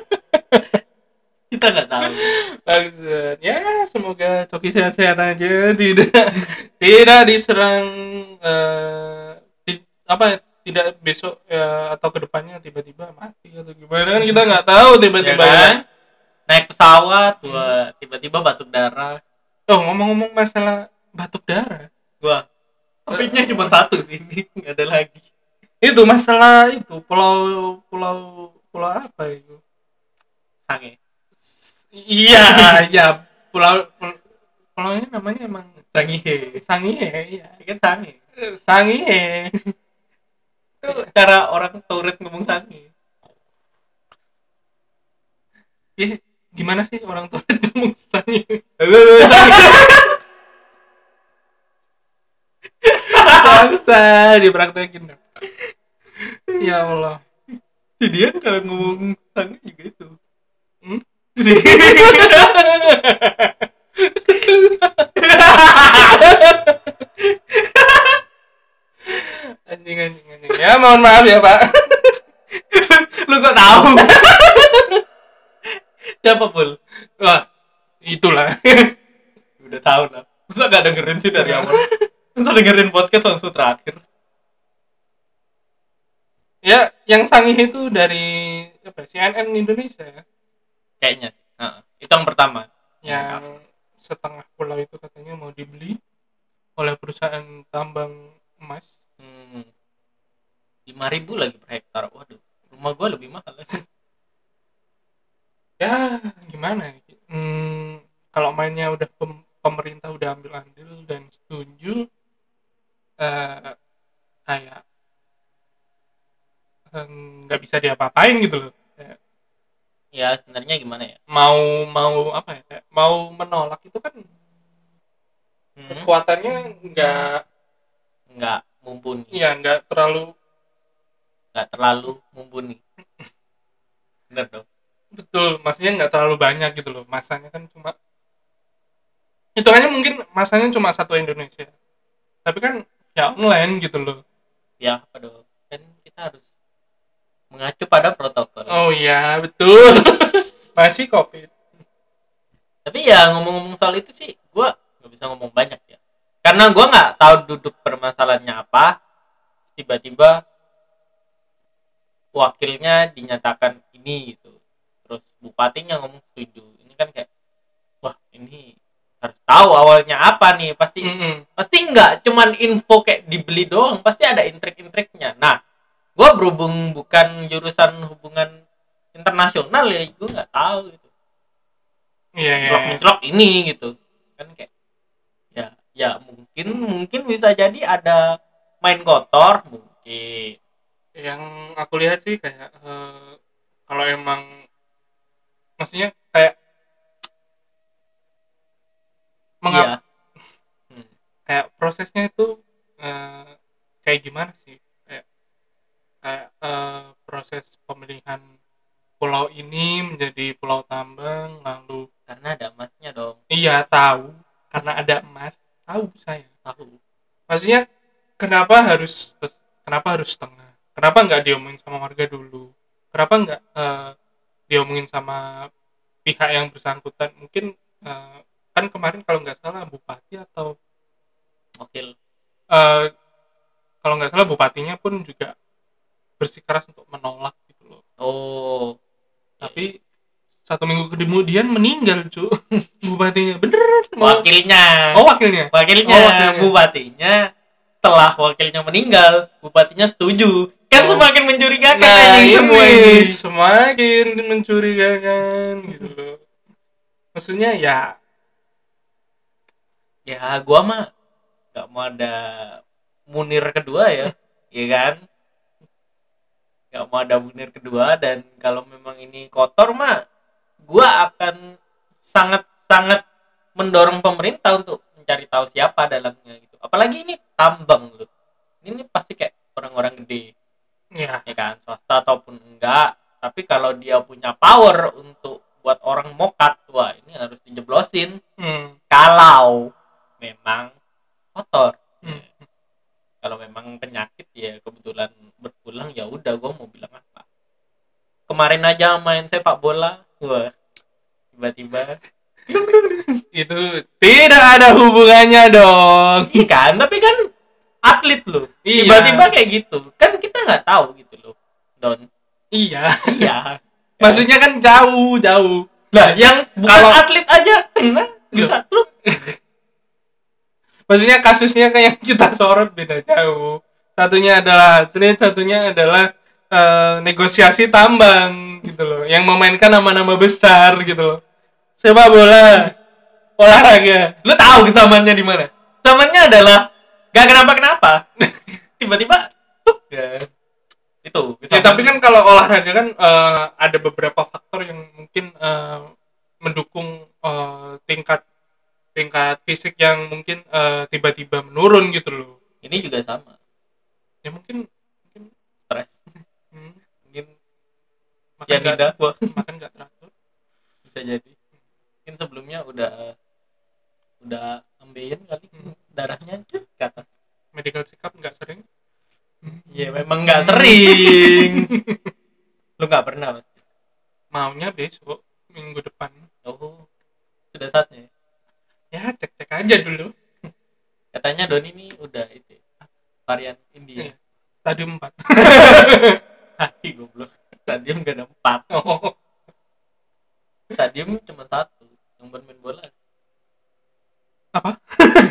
Kita nggak tahu. Bangsat. Ya semoga Coki sehat-sehat aja, tidak tidak diserang uh, di, apa tidak besok ya, atau kedepannya tiba-tiba mati atau gimana kan kita nggak tahu tiba-tiba ya kan? Naik pesawat gua tiba-tiba batuk darah. Oh ngomong-ngomong masalah batuk darah, gua topiknya cuma satu sih, nggak ada lagi. Itu masalah itu pulau pulau pulau apa itu? Sange. Iya, iya pulau pulau pulaunya namanya emang Sangihe. Sangihe, iya. Kan Sange. Sangihe. Itu cara orang Tauret ngomong Sange. Ya, gimana sih orang Tauret ngomong Sange? Bangsa dipraktekin. Ya Allah. Si dia kalau ngomong Sange juga itu. Hmm? anjing anjing anjing. Ya mohon maaf ya Pak. Lu kok tahu? Siapa Pul? Wah, itulah. Udah tahu lah. Masa gak dengerin sih dari awal? Masa dengerin podcast langsung terakhir? Ya, yang Sangi itu dari apa? C N N Indonesia ya? Kayaknya sih. Nah, itu yang pertama. Yang setengah pulau itu katanya mau dibeli oleh perusahaan tambang emas. Hmm. lima ribu lagi per hektar. Waduh, rumah gua lebih mahal. Ya, gimana? Hmm, kalau mainnya udah pem- pemerintah udah ambil andil dan setuju, uh, kayak nggak um, bisa diapa-apain gitu loh. Ya sebenarnya gimana ya? Mau mau apa ya? Kayak mau menolak itu kan hmm. kekuatannya nggak nggak mumpuni. Iya, nggak terlalu nggak terlalu mumpuni. Benar dong. Betul, maksudnya nggak terlalu banyak gitu loh. Masanya kan cuma hitungannya mungkin masanya cuma satu Indonesia. Tapi kan ya online gitu loh. Ya, aduh. Kan kita harus mengacu pada protokol. Oh iya, betul. Masih Covid. Tapi ya ngomong-ngomong soal itu sih, gue nggak bisa ngomong banyak ya. Karena gue nggak tahu duduk permasalahannya apa. Tiba-tiba wakilnya dinyatakan ini gitu. Terus bupatinya ngomong setuju. Ini kan kayak, wah ini harus tahu awalnya apa nih. Pasti mm-hmm. pasti nggak cuman info kayak dibeli doang. Pasti ada intrik-intriknya. Nah, gue berhubung bukan jurusan hubungan internasional ya, gue nggak tahu gitu. Iya, iya. Mencelok ini gitu. Kan kayak, ya ya mungkin mungkin bisa jadi ada main kotor mungkin. Yang aku lihat sih kayak uh, kalau emang maksudnya kayak mengap iya. hmm. kayak prosesnya itu uh, kayak gimana sih kayak kayak uh, proses pemilihan pulau ini menjadi pulau tambang, lalu Karena ada emasnya dong. iya tahu karena ada emas, tahu saya. Tahu. Maksudnya kenapa harus kenapa harus setengah? Kenapa nggak diomongin sama warga dulu? Kenapa nggak eh, diomongin sama pihak yang bersangkutan? Mungkin eh, kan kemarin kalau nggak salah bupati atau Wakil. eh, kalau nggak salah bupatinya pun juga bersikeras untuk menolak gitu loh. Oh. Tapi satu minggu kemudian meninggal cu bupatinya beneran. Wakilnya. Oh wakilnya. Wakilnya. Oh, wakilnya. Bupatinya. Setelah wakilnya meninggal, bupatinya setuju. Kan Oh. semakin mencurigakan Nah, anjing ini semua ini. semakin mencurigakan gitu loh. Maksudnya ya Ya, gua mah gak mau ada Munir kedua ya. Iya kan? Gak mau ada Munir kedua, dan kalau memang ini kotor mah gua akan sangat-sangat mendorong pemerintah untuk mencari tahu siapa dalamnya gitu. Apalagi ini tambang loh. Ini pasti kayak orang-orang gede. ya Ya kan, swasta ataupun enggak, tapi kalau dia punya power untuk buat orang mokat, wah ini harus dijeblosin hmm, kalau memang kotor. hmm. Kalau memang penyakit ya kebetulan berpulang, ya udah gue mau bilang apa. Kemarin aja main sepak bola, wah tiba-tiba Itu tidak ada hubungannya dong. iya kan, tapi kan atlet loh, Iya. tiba-tiba kayak gitu kan, kita nggak tahu gitu loh Don. Iya. Iya. Maksudnya kan jauh jauh. Lah yang bukan Kalau- atlet aja kena bisa truk. Maksudnya kasusnya kayak yang kita sorot beda jauh. Satunya adalah atlet, satunya adalah eh, negosiasi tambang gitu loh. Yang memainkan nama-nama besar gitu loh. Sepak bola, olahraga. Lu tahu kesamaannya di mana? Kesamaannya adalah gak kenapa-kenapa. Tiba-tiba tuh ya. Itu. Ya tapi kan kalau olahraga kan eh, ada beberapa faktor yang mungkin eh, mendukung eh, tingkat tingkat fisik yang mungkin eh, tiba-tiba menurun gitu loh. Ini juga sama. Ya mungkin mungkin Stres. hmm, Mungkin makan cyanida nggak gua makan nggak teratur. bisa jadi. Mungkin sebelumnya udah udah ambeien kali Hmm. darahnya cuk ke atas. Medical check up nggak sering. Ya memang nggak sering. Lu nggak pernah Mas? Maunya besok minggu depan. Oh, sudah saatnya. Ya cek-cek aja dulu. Katanya Doni ini udah itu varian India. Iya. Stadium empat. Hati goblok. Stadium gak ada empat. Oh. Stadium cuma satu yang bermain bola. Apa?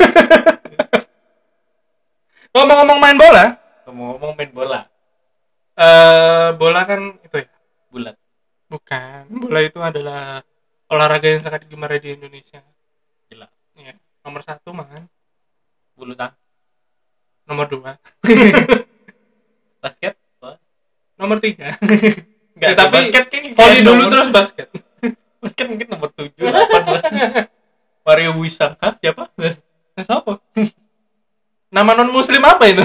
Ngomong-ngomong main bola, Ngomong-ngomong main bola eh bola kan itu ya. bulat. Bukan. Bola itu adalah olahraga yang sangat digemari di Indonesia. Jelas. Ya. Nomor satu man. Bulu tangkis. Nomor dua. Basket. Wah. Nomor tiga. Nggak Ya, sih, tapi basket kayaknya Volley kayak dulu nomor- terus basket. basket mungkin nomor tujuh delapan. Mario Wisang. Hah? Siapa? Nah, siapa? Nama non muslim apa itu?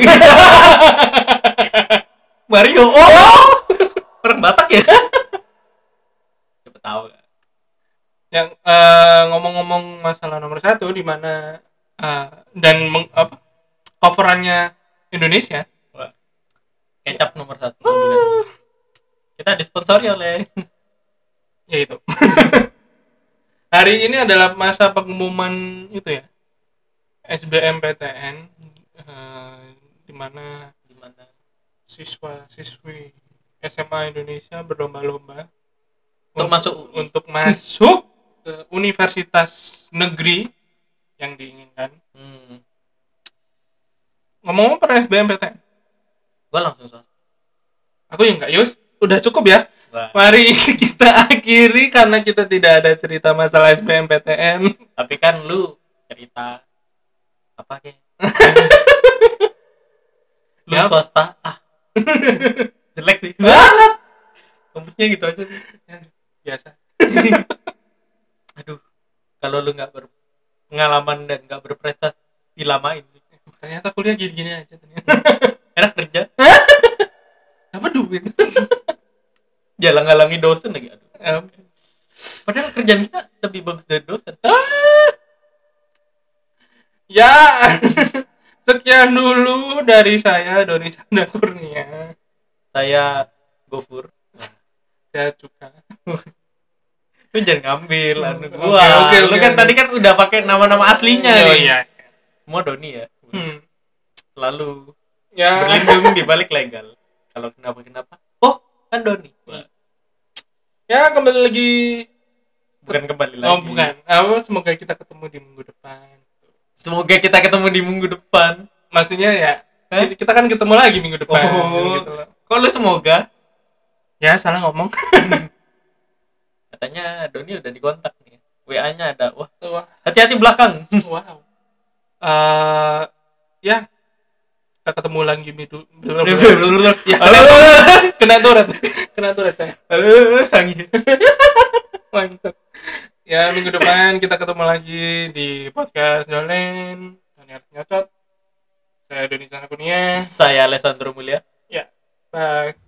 Mario. Oh. Orang Batak ya? Siapa tahu kan. Yang eh, ngomong-ngomong masalah nomor satu di mana eh, dan meng, apa coverannya Indonesia. Wah. Kecap nomor satu. Bukan. Kita disponsori oleh Ya itu. Hari ini adalah masa pengumuman itu ya. S B M P T N eh, di mana di mana siswa-siswi S M A Indonesia berlomba-lomba Untuk masuk U I. untuk masuk ke universitas negeri yang diinginkan. Hmm. Ngomong-ngomong per S B M P T N, Gua langsung swasta. aku ya enggak, Yus, udah cukup ya. Wah. Mari kita akhiri karena kita tidak ada cerita masalah S B M P T N. Tapi kan lu cerita apa kek? Lu Ya. swasta. Ah. Jelek sih. Banget. Kampusnya gitu aja sih. Biasa. Aduh. Kalau lu nggak berpengalaman dan nggak berprestasi, dilamain. Ternyata kuliah gini-gini aja ternyata. Enak kerja. Dapat duit. Jalan-ngalangi dosen lagi. Aduh. Eh, Padahal kerjaan kita lebih bagus dari dosen. ya, sekian dulu dari saya Doni Chandra Kurnia. Saya Gofur. Saya Cuka. Lu jangan ngambil Hmm, anu oke, gua. oke, Lu oke, kan oke. tadi kan udah pakai nama-nama aslinya Oh nih. iya. Semua Doni ya. Hmm. Selalu Ya. berlindung di balik legal. Kalau kenapa-kenapa, oh, kan Doni. Wah, Ya, kembali lagi. bukan kembali lagi. Oh, bukan. Oh, semoga kita ketemu di minggu depan. Semoga kita ketemu di minggu depan. Maksudnya ya, Hah? kita kan ketemu lagi minggu depan. Oh, gitu loh. kok lu semoga? Ya, salah ngomong. Katanya Doni udah dikontak nih. W A-nya ada. Wah, Wah, hati-hati belakang. wow. Eh, ya, kita ketemu lagi minggu. Ya, kena, kena turet, kena turet saya. Halo, sangi. Mantap. Ya, minggu depan kita ketemu lagi di podcast Dolen. Doni Arif Nyocot. Saya Doni Chandra Kurnia. Saya Alessandro Mulia. Ya, bye.